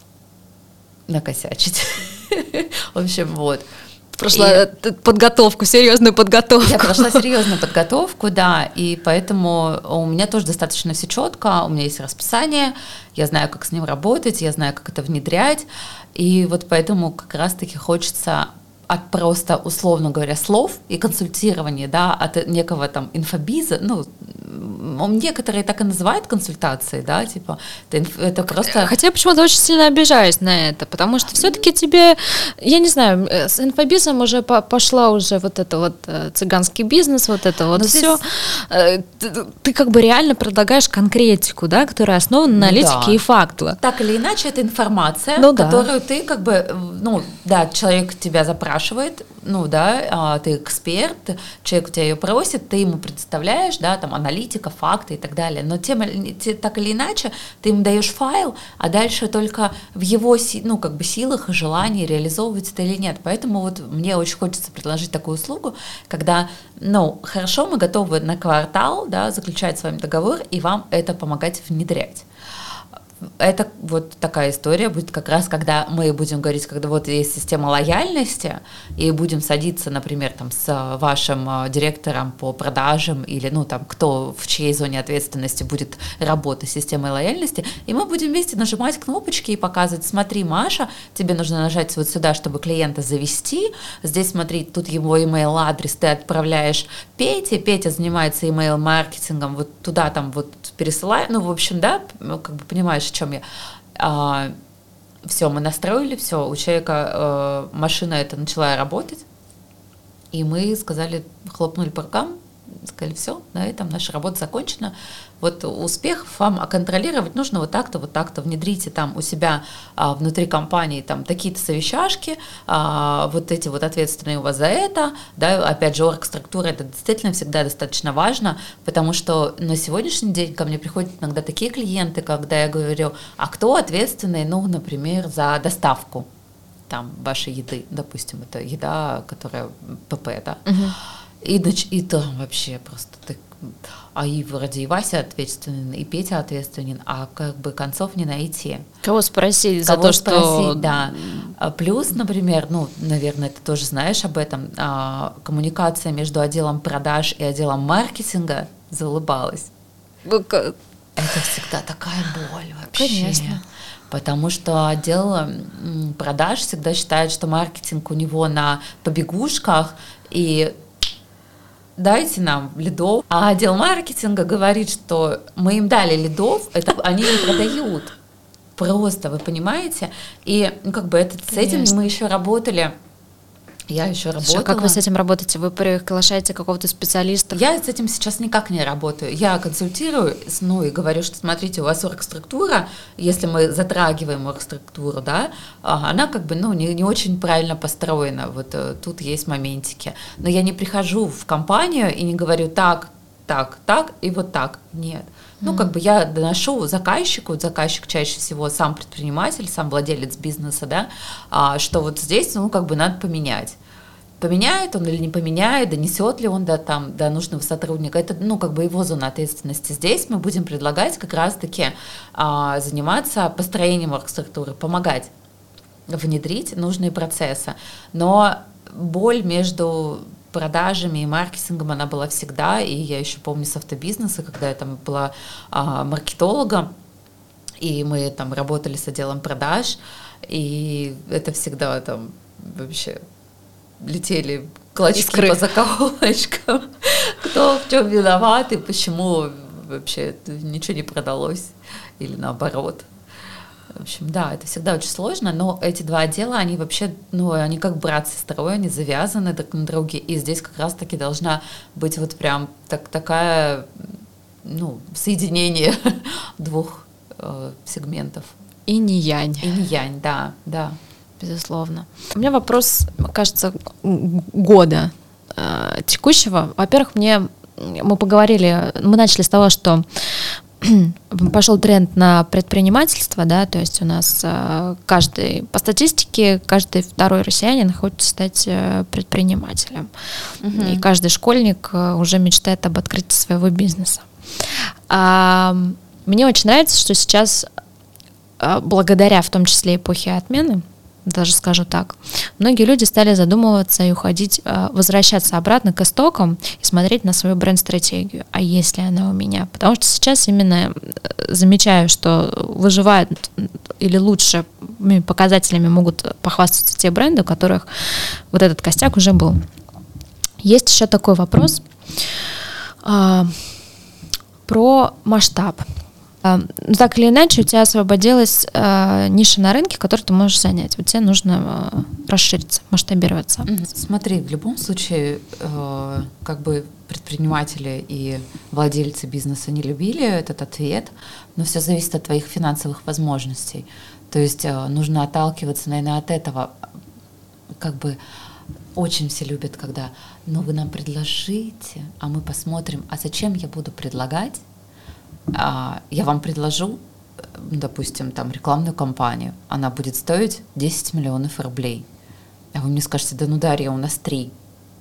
Speaker 2: накосячить. В общем, вот.
Speaker 1: Прошла и... подготовку, серьезную подготовку.
Speaker 2: Я прошла серьезную подготовку, да, и поэтому у меня тоже достаточно все четко, у меня есть расписание, я знаю, как с ним работать, я знаю, как это внедрять, и вот поэтому как раз-таки хочется от просто, условно говоря, слов и консультирования, да, от некого там инфобиза, ну, некоторые так и называют консультации, да, типа, это, это просто...
Speaker 1: Хотя я почему-то очень сильно обижаюсь на это, потому что все-таки тебе, я не знаю, с инфобизом уже пошла уже вот это вот цыганский бизнес, вот это вот все. Здесь... Ты, ты как бы реально предлагаешь конкретику, да, которая основана на аналитике да. и факту.
Speaker 2: Так или иначе, это информация,
Speaker 1: ну,
Speaker 2: которую
Speaker 1: да.
Speaker 2: ты как бы, ну, да, человек тебя запрашивает, ну, да, ты эксперт, человек у тебя ее просит, ты ему предоставляешь, да, там, аналитика, факты и так далее, но тем, так или иначе ты ему даешь файл, а дальше только в его, ну, как бы силах и желании реализовывать это или нет, поэтому вот мне очень хочется предложить такую услугу, когда, ну, хорошо, мы готовы на квартал, да, заключать с вами договор и вам это помогать внедрять. это вот такая история будет как раз, когда мы будем говорить, когда вот есть система лояльности, и будем садиться, например, там, с вашим директором по продажам или, ну, там, кто в чьей зоне ответственности будет работать с системой лояльности, и мы будем вместе нажимать кнопочки и показывать: смотри, Маша, тебе нужно нажать вот сюда, чтобы клиента завести, здесь, смотри, тут его email адрес ты отправляешь Пете, Петя занимается email-маркетингом, вот туда там вот пересылай, ну, в общем, да, ну, как бы понимаешь, о чем я. А, все, мы настроили, все, у человека э, машина эта начала работать, и мы сказали, хлопнули по рукам, сказали: все, на этом наша работа закончена. Вот успех вам контролировать нужно вот так-то, вот так-то. Внедрите там у себя а, внутри компании там такие-то совещашки, а, вот эти вот ответственные у вас за это. Да, опять же, орг-структура — это действительно всегда достаточно важно, потому что на сегодняшний день ко мне приходят иногда такие клиенты, когда я говорю: а кто ответственный, ну, например, за доставку там вашей еды, допустим, это еда, которая ПП, да, угу. и, и там вообще просто так. А и вроде и Вася ответственен, и Петя ответственен, а как бы концов не найти.
Speaker 1: Кого спросить за
Speaker 2: Кого
Speaker 1: то,
Speaker 2: спросить,
Speaker 1: что...
Speaker 2: да. Плюс, например, ну, наверное, ты тоже знаешь об этом, коммуникация между отделом продаж и отделом маркетинга заулыбалась. Это всегда такая боль вообще.
Speaker 1: Конечно.
Speaker 2: Потому что отдел продаж всегда считает, что маркетинг у него на побегушках, и дайте нам лидов. А отдел маркетинга говорит, что мы им дали лидов, это они им продают. Просто, вы понимаете? И ну, как бы это, с этим мы еще работали. Я еще работала.
Speaker 1: Слушай, а как вы с этим работаете? Вы приглашаете какого-то специалиста?
Speaker 2: Я с этим сейчас никак не работаю. Я консультирую, ну, и говорю, что смотрите, у вас оргструктура, если мы затрагиваем оргструктуру, да, она как бы, ну, не, не очень правильно построена. Вот тут есть моментики. Но я не прихожу в компанию и не говорю: так, так, так и вот так. Нет. Ну, как бы я доношу заказчику, заказчик чаще всего сам предприниматель, сам владелец бизнеса, да, что вот здесь, ну, как бы надо поменять. Поменяет он или не поменяет, донесет ли он до, там, до нужного сотрудника, это, ну, как бы его зона ответственности. Здесь мы будем предлагать как раз-таки а, заниматься построением оргструктуры, помогать внедрить нужные процессы. Но боль между продажами и маркетингом, она была всегда, и я еще помню с автобизнеса, когда я там была а, маркетологом, и мы там работали с отделом продаж, и это всегда там вообще летели клочки Искры. По закоулочкам, кто в чем виноват и почему вообще ничего не продалось, или наоборот. В общем, да, это всегда очень сложно, но эти два отдела, они вообще, ну, они как брат с сестрой, они завязаны друг на друге, и здесь как раз-таки должна быть вот прям так, такая, ну, соединение двух э, сегментов.
Speaker 1: Инь-янь.
Speaker 2: Инь-янь, да, да.
Speaker 1: Безусловно. У меня вопрос, кажется, года э, текущего. Во-первых, мне мы поговорили, мы начали с того, что пошел тренд на предпринимательство, да, то есть у нас э, каждый, по статистике, каждый второй россиянин хочет стать э, предпринимателем. Uh-huh. И каждый школьник э, уже мечтает об открытии своего бизнеса. А, мне очень нравится, что сейчас, э, благодаря в том числе эпохе отмены, даже скажу так, многие люди стали задумываться и уходить, возвращаться обратно к истокам и смотреть на свою бренд-стратегию. А есть ли она у меня? Потому что сейчас именно замечаю, что выживают или лучше показателями могут похвастаться те бренды, у которых вот этот костяк уже был. Есть еще такой вопрос а, про масштаб. Ну, так или иначе, у тебя освободилась э, ниша на рынке, которую ты можешь занять. Вот тебе нужно э, расшириться, масштабироваться.
Speaker 2: Смотри, в любом случае, э, как бы предприниматели и владельцы бизнеса не любили этот ответ, но все зависит от твоих финансовых возможностей. То есть э, нужно отталкиваться, наверное, от этого. Как бы очень все любят, когда, ну, вы нам предложите, а мы посмотрим, а зачем я буду предлагать? Я вам предложу, допустим, там рекламную кампанию, она будет стоить десять миллионов рублей. А вы мне скажете: да ну, Дарья, у нас три.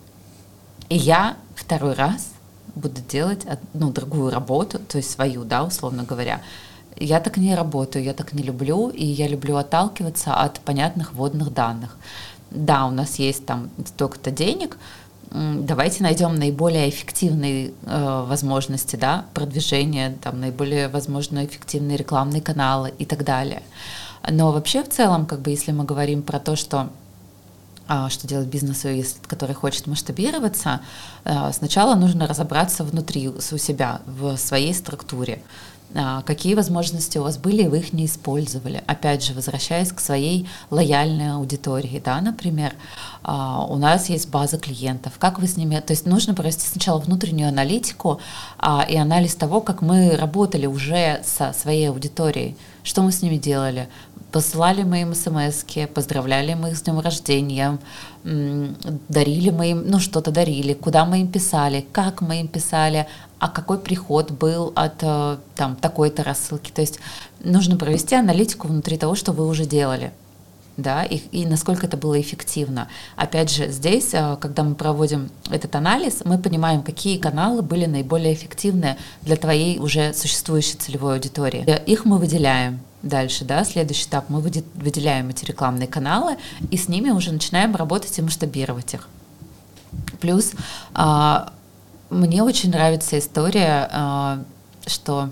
Speaker 2: И я второй раз буду делать, ну, другую работу, то есть свою, да, условно говоря. Я так не работаю, я так не люблю, и я люблю отталкиваться от понятных вводных данных. Да, у нас есть там столько-то денег, давайте найдем наиболее эффективные э, возможности, да, продвижения, там, наиболее, возможно, эффективные рекламные каналы и так далее. Но вообще в целом, как бы, если мы говорим про то, что, э, что делать бизнесу, если, который хочет масштабироваться, э, сначала нужно разобраться внутри у себя, в своей структуре. Какие возможности у вас были, и вы их не использовали. Опять же, возвращаясь к своей лояльной аудитории, да, например, у нас есть база клиентов. Как вы с ними... То есть нужно провести сначала внутреннюю аналитику и анализ того, как мы работали уже со своей аудиторией, что мы с ними делали. Посылали мы им смс-ки, поздравляли мы их с днем рождения, дарили мы им, ну что-то дарили, куда мы им писали, как мы им писали, а какой приход был от там, такой-то рассылки. То есть нужно провести аналитику внутри того, что вы уже делали, да, и, и насколько это было эффективно. Опять же, здесь, когда мы проводим этот анализ, мы понимаем, какие каналы были наиболее эффективны для твоей уже существующей целевой аудитории. Их мы выделяем. Дальше, да, следующий этап, мы выделяем эти рекламные каналы и с ними уже начинаем работать и масштабировать их. Плюс а, мне очень нравится история, а, что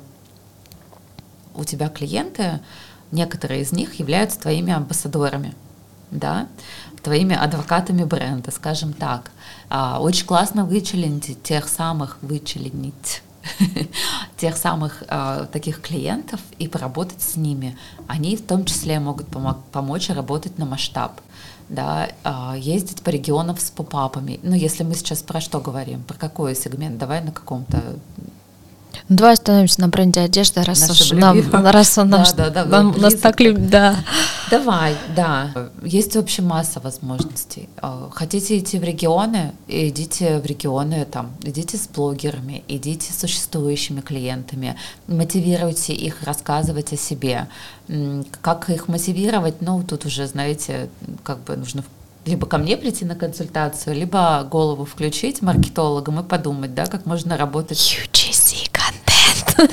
Speaker 2: у тебя клиенты, некоторые из них являются твоими амбассадорами, да, твоими адвокатами бренда, скажем так. А, очень классно вычленить тех самых, вычленить тех самых э, таких клиентов и поработать с ними. Они в том числе могут помо- помочь работать на масштаб, да, э, ездить по регионам с поп-апами. Ну, если мы сейчас про что говорим, про какой сегмент, давай на каком-то...
Speaker 1: Давай остановимся на бренде одежды, раз уж нам, раз он наш,
Speaker 2: да, да,
Speaker 1: нам,
Speaker 2: да,
Speaker 1: нас так любит, да.
Speaker 2: Давай, да. Есть вообще масса возможностей. Хотите идти в регионы, идите в регионы, там, идите с блогерами, идите с существующими клиентами, мотивируйте их рассказывать о себе. Как их мотивировать? Ну, тут уже, знаете, как бы нужно либо ко мне прийти на консультацию, либо голову включить маркетологам и подумать, да, как можно работать.
Speaker 1: ю джи си контент.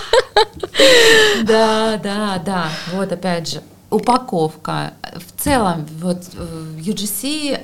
Speaker 2: Да, да, да. Вот опять же, упаковка. В целом, вот ю джи си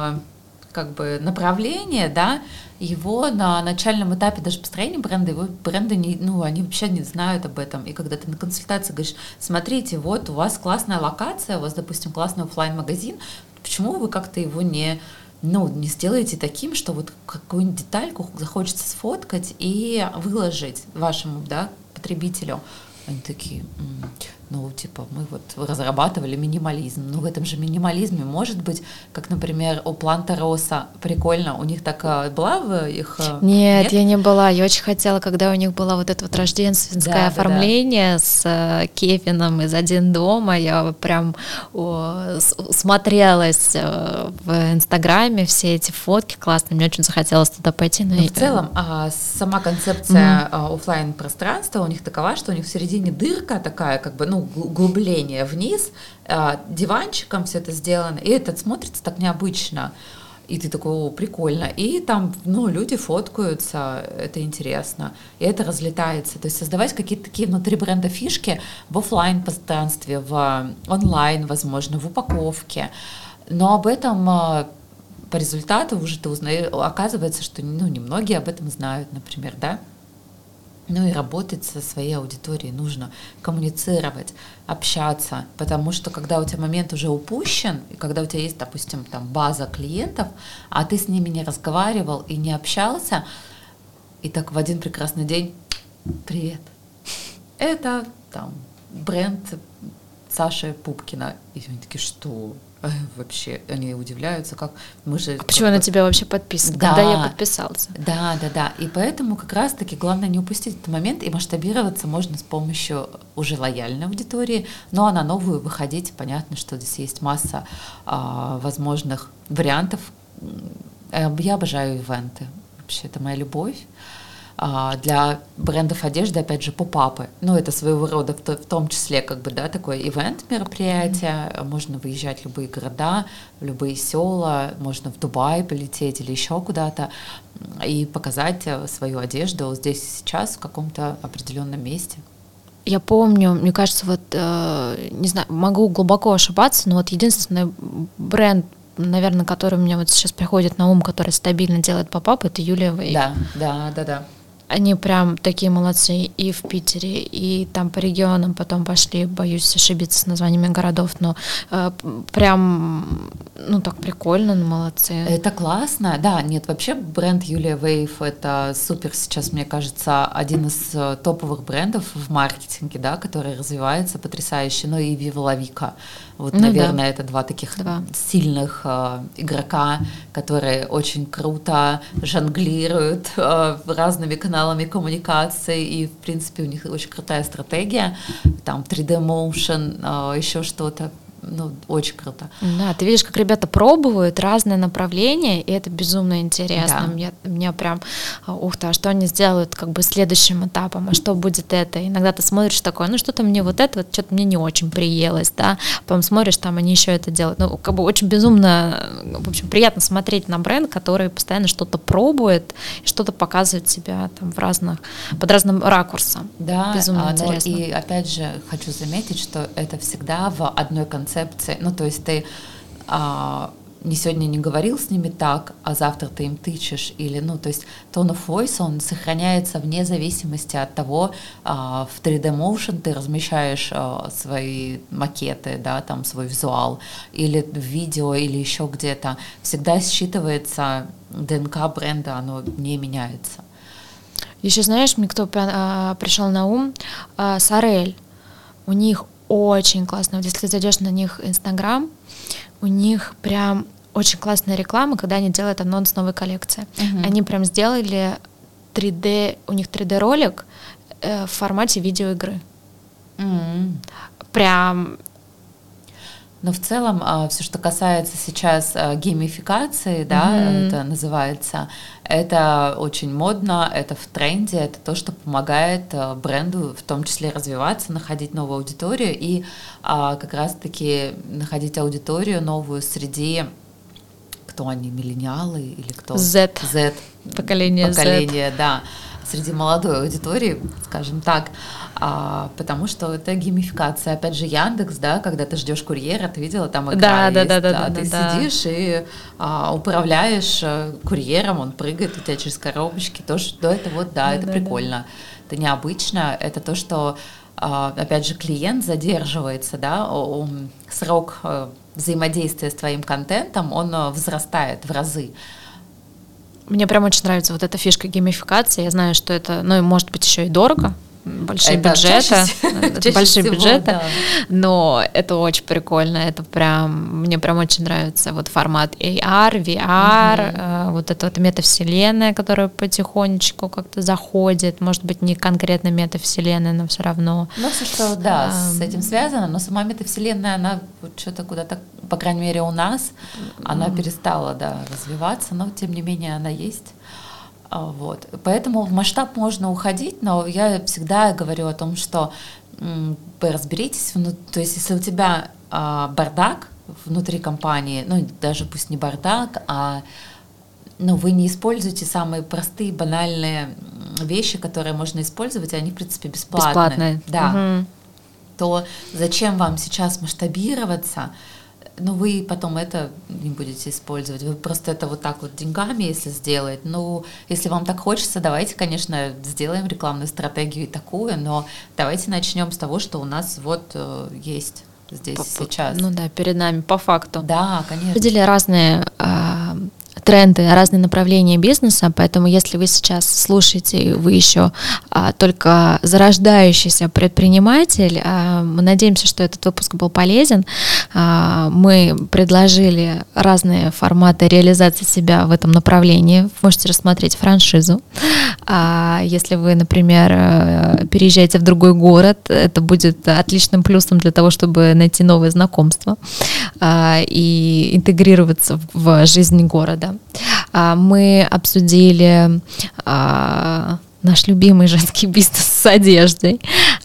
Speaker 2: как бы направление, да, его на начальном этапе даже построения бренда, его бренды, не, ну, они вообще не знают об этом. И когда ты на консультации говоришь, смотрите, вот у вас классная локация, у вас, допустим, классный офлайн-магазин, почему вы как-то его не, ну, не сделаете таким, что вот какую-нибудь детальку захочется сфоткать и выложить вашему, да, потребителю? Они такие, ну, типа, мы вот разрабатывали минимализм. Ну, в этом же минимализме может быть, как, например, у Планта Роса, прикольно, у них такая была в их...
Speaker 1: Нет, нет, я не была. Я очень хотела, когда у них было вот это вот рождественское да, оформление да, да. с Кевином из «Один дома», я прям о, смотрелась в Инстаграме, все эти фотки классные, мне очень захотелось туда пойти. Но
Speaker 2: но
Speaker 1: и...
Speaker 2: в целом, а, сама концепция mm-hmm. офлайн пространства у них такова, что у них в середине дырка такая, как бы, ну, углубление вниз, диванчиком все это сделано, и это смотрится так необычно. И ты такой, о, прикольно. И там, ну, люди фоткаются, это интересно, и это разлетается. То есть создавать какие-то такие внутри бренда фишки в офлайн пространстве, в онлайн, возможно, в упаковке. Но об этом по результату уже ты узнаешь, оказывается, что, ну, немногие об этом знают, например, да. Ну и работать со своей аудиторией нужно, коммуницировать, общаться, потому что когда у тебя момент уже упущен, и когда у тебя есть, допустим, там база клиентов, а ты с ними не разговаривал и не общался, и так в один прекрасный день привет, это там бренд Саши Пупкина, и они такие, что? Вообще, они удивляются, как мы же...
Speaker 1: А почему на тебя вообще подписан?
Speaker 2: Да,
Speaker 1: когда я подписался?
Speaker 2: Да, да, да. И поэтому как раз-таки главное не упустить этот момент, и масштабироваться можно с помощью уже лояльной аудитории, но на новую выходить, понятно, что здесь есть масса а, возможных вариантов. Я обожаю ивенты. Вообще, это моя любовь. Для брендов одежды, опять же, поп-апы. Ну, это своего рода в, в том числе, как бы, да, такое ивент-мероприятие. Mm-hmm. Можно выезжать в любые города, в любые села, можно в Дубай полететь или еще куда-то и показать свою одежду здесь и сейчас в каком-то определенном месте.
Speaker 1: Я помню, мне кажется, вот, э, не знаю, могу глубоко ошибаться, но вот единственный бренд, наверное, который у меня вот сейчас приходит на ум, который стабильно делает поп-ап, это Юлия Вейв.
Speaker 2: Да, да, да, да.
Speaker 1: Они прям такие молодцы и в Питере, и там по регионам потом пошли, боюсь ошибиться с названиями городов, но э, прям, ну так прикольно, ну молодцы.
Speaker 2: Это классно, да, нет, вообще бренд Юлия Вейв это супер сейчас, мне кажется, один из топовых брендов в маркетинге, да, который развивается потрясающе, ну и Viva La Vica. Вот, ну, наверное, да. Это два таких два. сильных э, игрока, которые очень круто жонглируют э, разными каналами коммуникации, и, в принципе, у них очень крутая стратегия, там три дэ Motion, э, еще что-то. Ну, очень круто.
Speaker 1: Да, ты видишь, как ребята пробуют разные направления, и это безумно интересно.
Speaker 2: Да.
Speaker 1: Мне, мне прям, ух ты, а что они сделают как бы следующим этапом, а что будет это? Иногда ты смотришь такое, ну что-то мне вот это, вот что-то мне не очень приелось, да, потом смотришь, там они еще это делают. Ну, как бы очень безумно, в общем, приятно смотреть на бренд, который постоянно что-то пробует, и что-то показывает себя там в разных, под разным ракурсом.
Speaker 2: Да,
Speaker 1: безумно
Speaker 2: а,
Speaker 1: интересно.
Speaker 2: И опять же хочу заметить, что это всегда в одной концепции. Ну, то есть ты а, не сегодня не говорил с ними так, а завтра ты им тычешь, или, ну, то есть tone of voice, он сохраняется вне зависимости от того, а, в три дэ Motion ты размещаешь а, свои макеты, да, там, свой визуал, или в видео, или еще где-то. Всегда считывается ДНК бренда, оно не меняется.
Speaker 1: Еще знаешь, мне кто а, пришел на ум? А, Сорель. У них очень классно. Вот если зайдешь на них Инстаграм, у них прям очень классная реклама, когда они делают анонс новой коллекции. Uh-huh. Они прям сделали три дэ, у них три дэ ролик э, в формате видеоигры.
Speaker 2: Uh-huh.
Speaker 1: Прям.
Speaker 2: Но в целом все, что касается сейчас геймификации, да, mm-hmm. это называется, это очень модно, это в тренде, это то, что помогает бренду в том числе развиваться, находить новую аудиторию и как раз-таки находить аудиторию новую среди, кто они, миллениалы или кто?
Speaker 1: Z.
Speaker 2: Z.
Speaker 1: Поколение,
Speaker 2: Поколение,
Speaker 1: Z.
Speaker 2: Да. Среди молодой аудитории, скажем так, а, потому что это геймификация. Опять же, Яндекс, да, когда ты ждешь курьера, ты видела, там игра
Speaker 1: да,
Speaker 2: есть,
Speaker 1: да, да,
Speaker 2: да,
Speaker 1: да,
Speaker 2: ты
Speaker 1: да,
Speaker 2: сидишь да. и а, управляешь курьером, он прыгает у тебя через коробочки, тоже, да, это вот, да, да это да, прикольно, да. Это необычно, это то, что, а, опять же, клиент задерживается, да, он, срок взаимодействия с твоим контентом, он возрастает в разы.
Speaker 1: Мне прям очень нравится вот эта фишка геймификации. Я знаю, что это, ну, может быть, еще и дорого, большие это бюджеты, это большие всего, бюджеты, да. Но это очень прикольно, это прям, мне прям очень нравится вот формат эй ар, ви ар, угу. э, вот эта вот метавселенная, которая потихонечку как-то заходит, может быть, не конкретно метавселенная, но все равно.
Speaker 2: Ну, все, что, да, а, с этим связано, но сама метавселенная, она вот что-то куда-то, по крайней мере, у нас, она перестала, да, развиваться, но, тем не менее, она есть. Вот. Поэтому в масштаб можно уходить, но я всегда говорю о том, что м, разберитесь, ну, то есть если у тебя а, бардак внутри компании, ну даже пусть не бардак, а ну, вы не используете самые простые, банальные вещи, которые можно использовать, и они, в принципе, бесплатные.
Speaker 1: Бесплатные.
Speaker 2: Да.
Speaker 1: Угу.
Speaker 2: То зачем вам сейчас масштабироваться? Ну, вы потом это не будете использовать. Вы просто это вот так вот деньгами, если сделать. Ну, если вам так хочется, давайте, конечно, сделаем рекламную стратегию и такую, но давайте начнем с того, что у нас вот э, есть здесь по, сейчас.
Speaker 1: Ну да, перед нами, по факту.
Speaker 2: Да, конечно.
Speaker 1: Видели разные э, тренды, разные направления бизнеса, поэтому если вы сейчас слушаете, вы еще а, только зарождающийся предприниматель, а, мы надеемся, что этот выпуск был полезен. А, мы предложили разные форматы реализации себя в этом направлении. Вы можете рассмотреть франшизу. А, если вы, например, переезжаете в другой город, это будет отличным плюсом для того, чтобы найти новые знакомства а, и интегрироваться в жизнь города. Мы обсудили а, наш любимый женский бизнес с одеждой,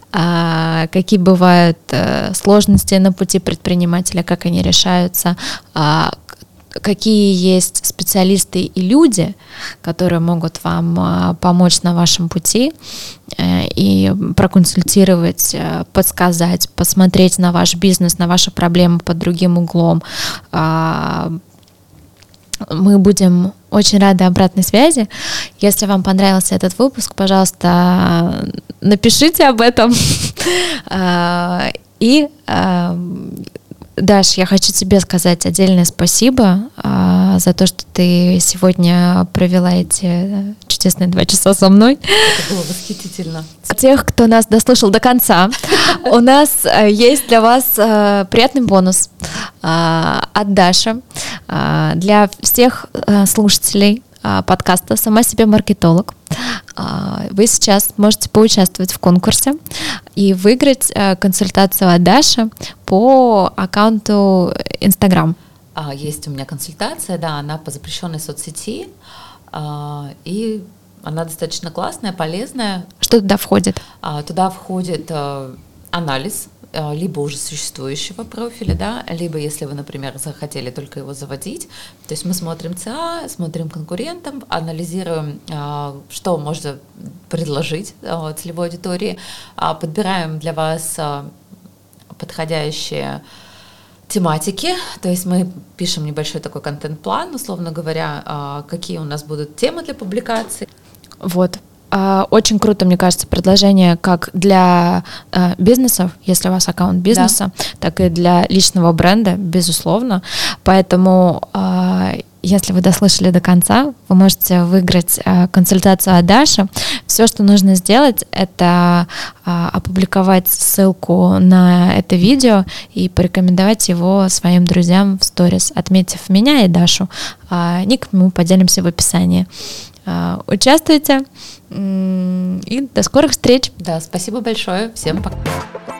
Speaker 1: а, какие бывают а, сложности на пути предпринимателя, как они решаются, а, какие есть специалисты и люди, которые могут вам а, помочь на вашем пути. и проконсультировать, подсказать, посмотреть на ваш бизнес, на ваши проблемы под другим углом. Мы будем очень рады обратной связи. Если вам понравился этот выпуск, пожалуйста, напишите об этом. И, Даш, я хочу тебе сказать отдельное спасибо за то, что ты сегодня провела эти чудесные два часа со мной.
Speaker 2: Это было восхитительно.
Speaker 1: Тех, кто нас дослушал до конца, у нас есть для вас приятный бонус от Даши для всех слушателей подкаста «Сама себе маркетолог». Вы сейчас можете поучаствовать в конкурсе и выиграть консультацию от Даши по аккаунту Instagram.
Speaker 2: Есть у меня консультация, да, она по запрещенной соцсети, и она достаточно классная, полезная.
Speaker 1: Что туда входит?
Speaker 2: Туда входит анализ либо уже существующего профиля, да, либо если вы, например, захотели только его заводить, то есть мы смотрим ЦА, смотрим конкурентам, анализируем, что можно предложить целевой аудитории, подбираем для вас подходящие тематики, то есть мы пишем небольшой такой контент-план, условно говоря, какие у нас будут темы для публикаций.
Speaker 1: Вот. Очень круто, мне кажется, предложение как для э, бизнесов, если у вас аккаунт бизнеса, да, так и для личного бренда, безусловно. Поэтому, э, если вы дослушали до конца, вы можете выиграть э, консультацию от Даши. Все, что нужно сделать, это э, опубликовать ссылку на это видео и порекомендовать его своим друзьям в сторис, отметив меня и Дашу. Э, ник мы поделимся в описании. Участвуйте и до скорых встреч.
Speaker 2: Да, спасибо большое. Всем пока.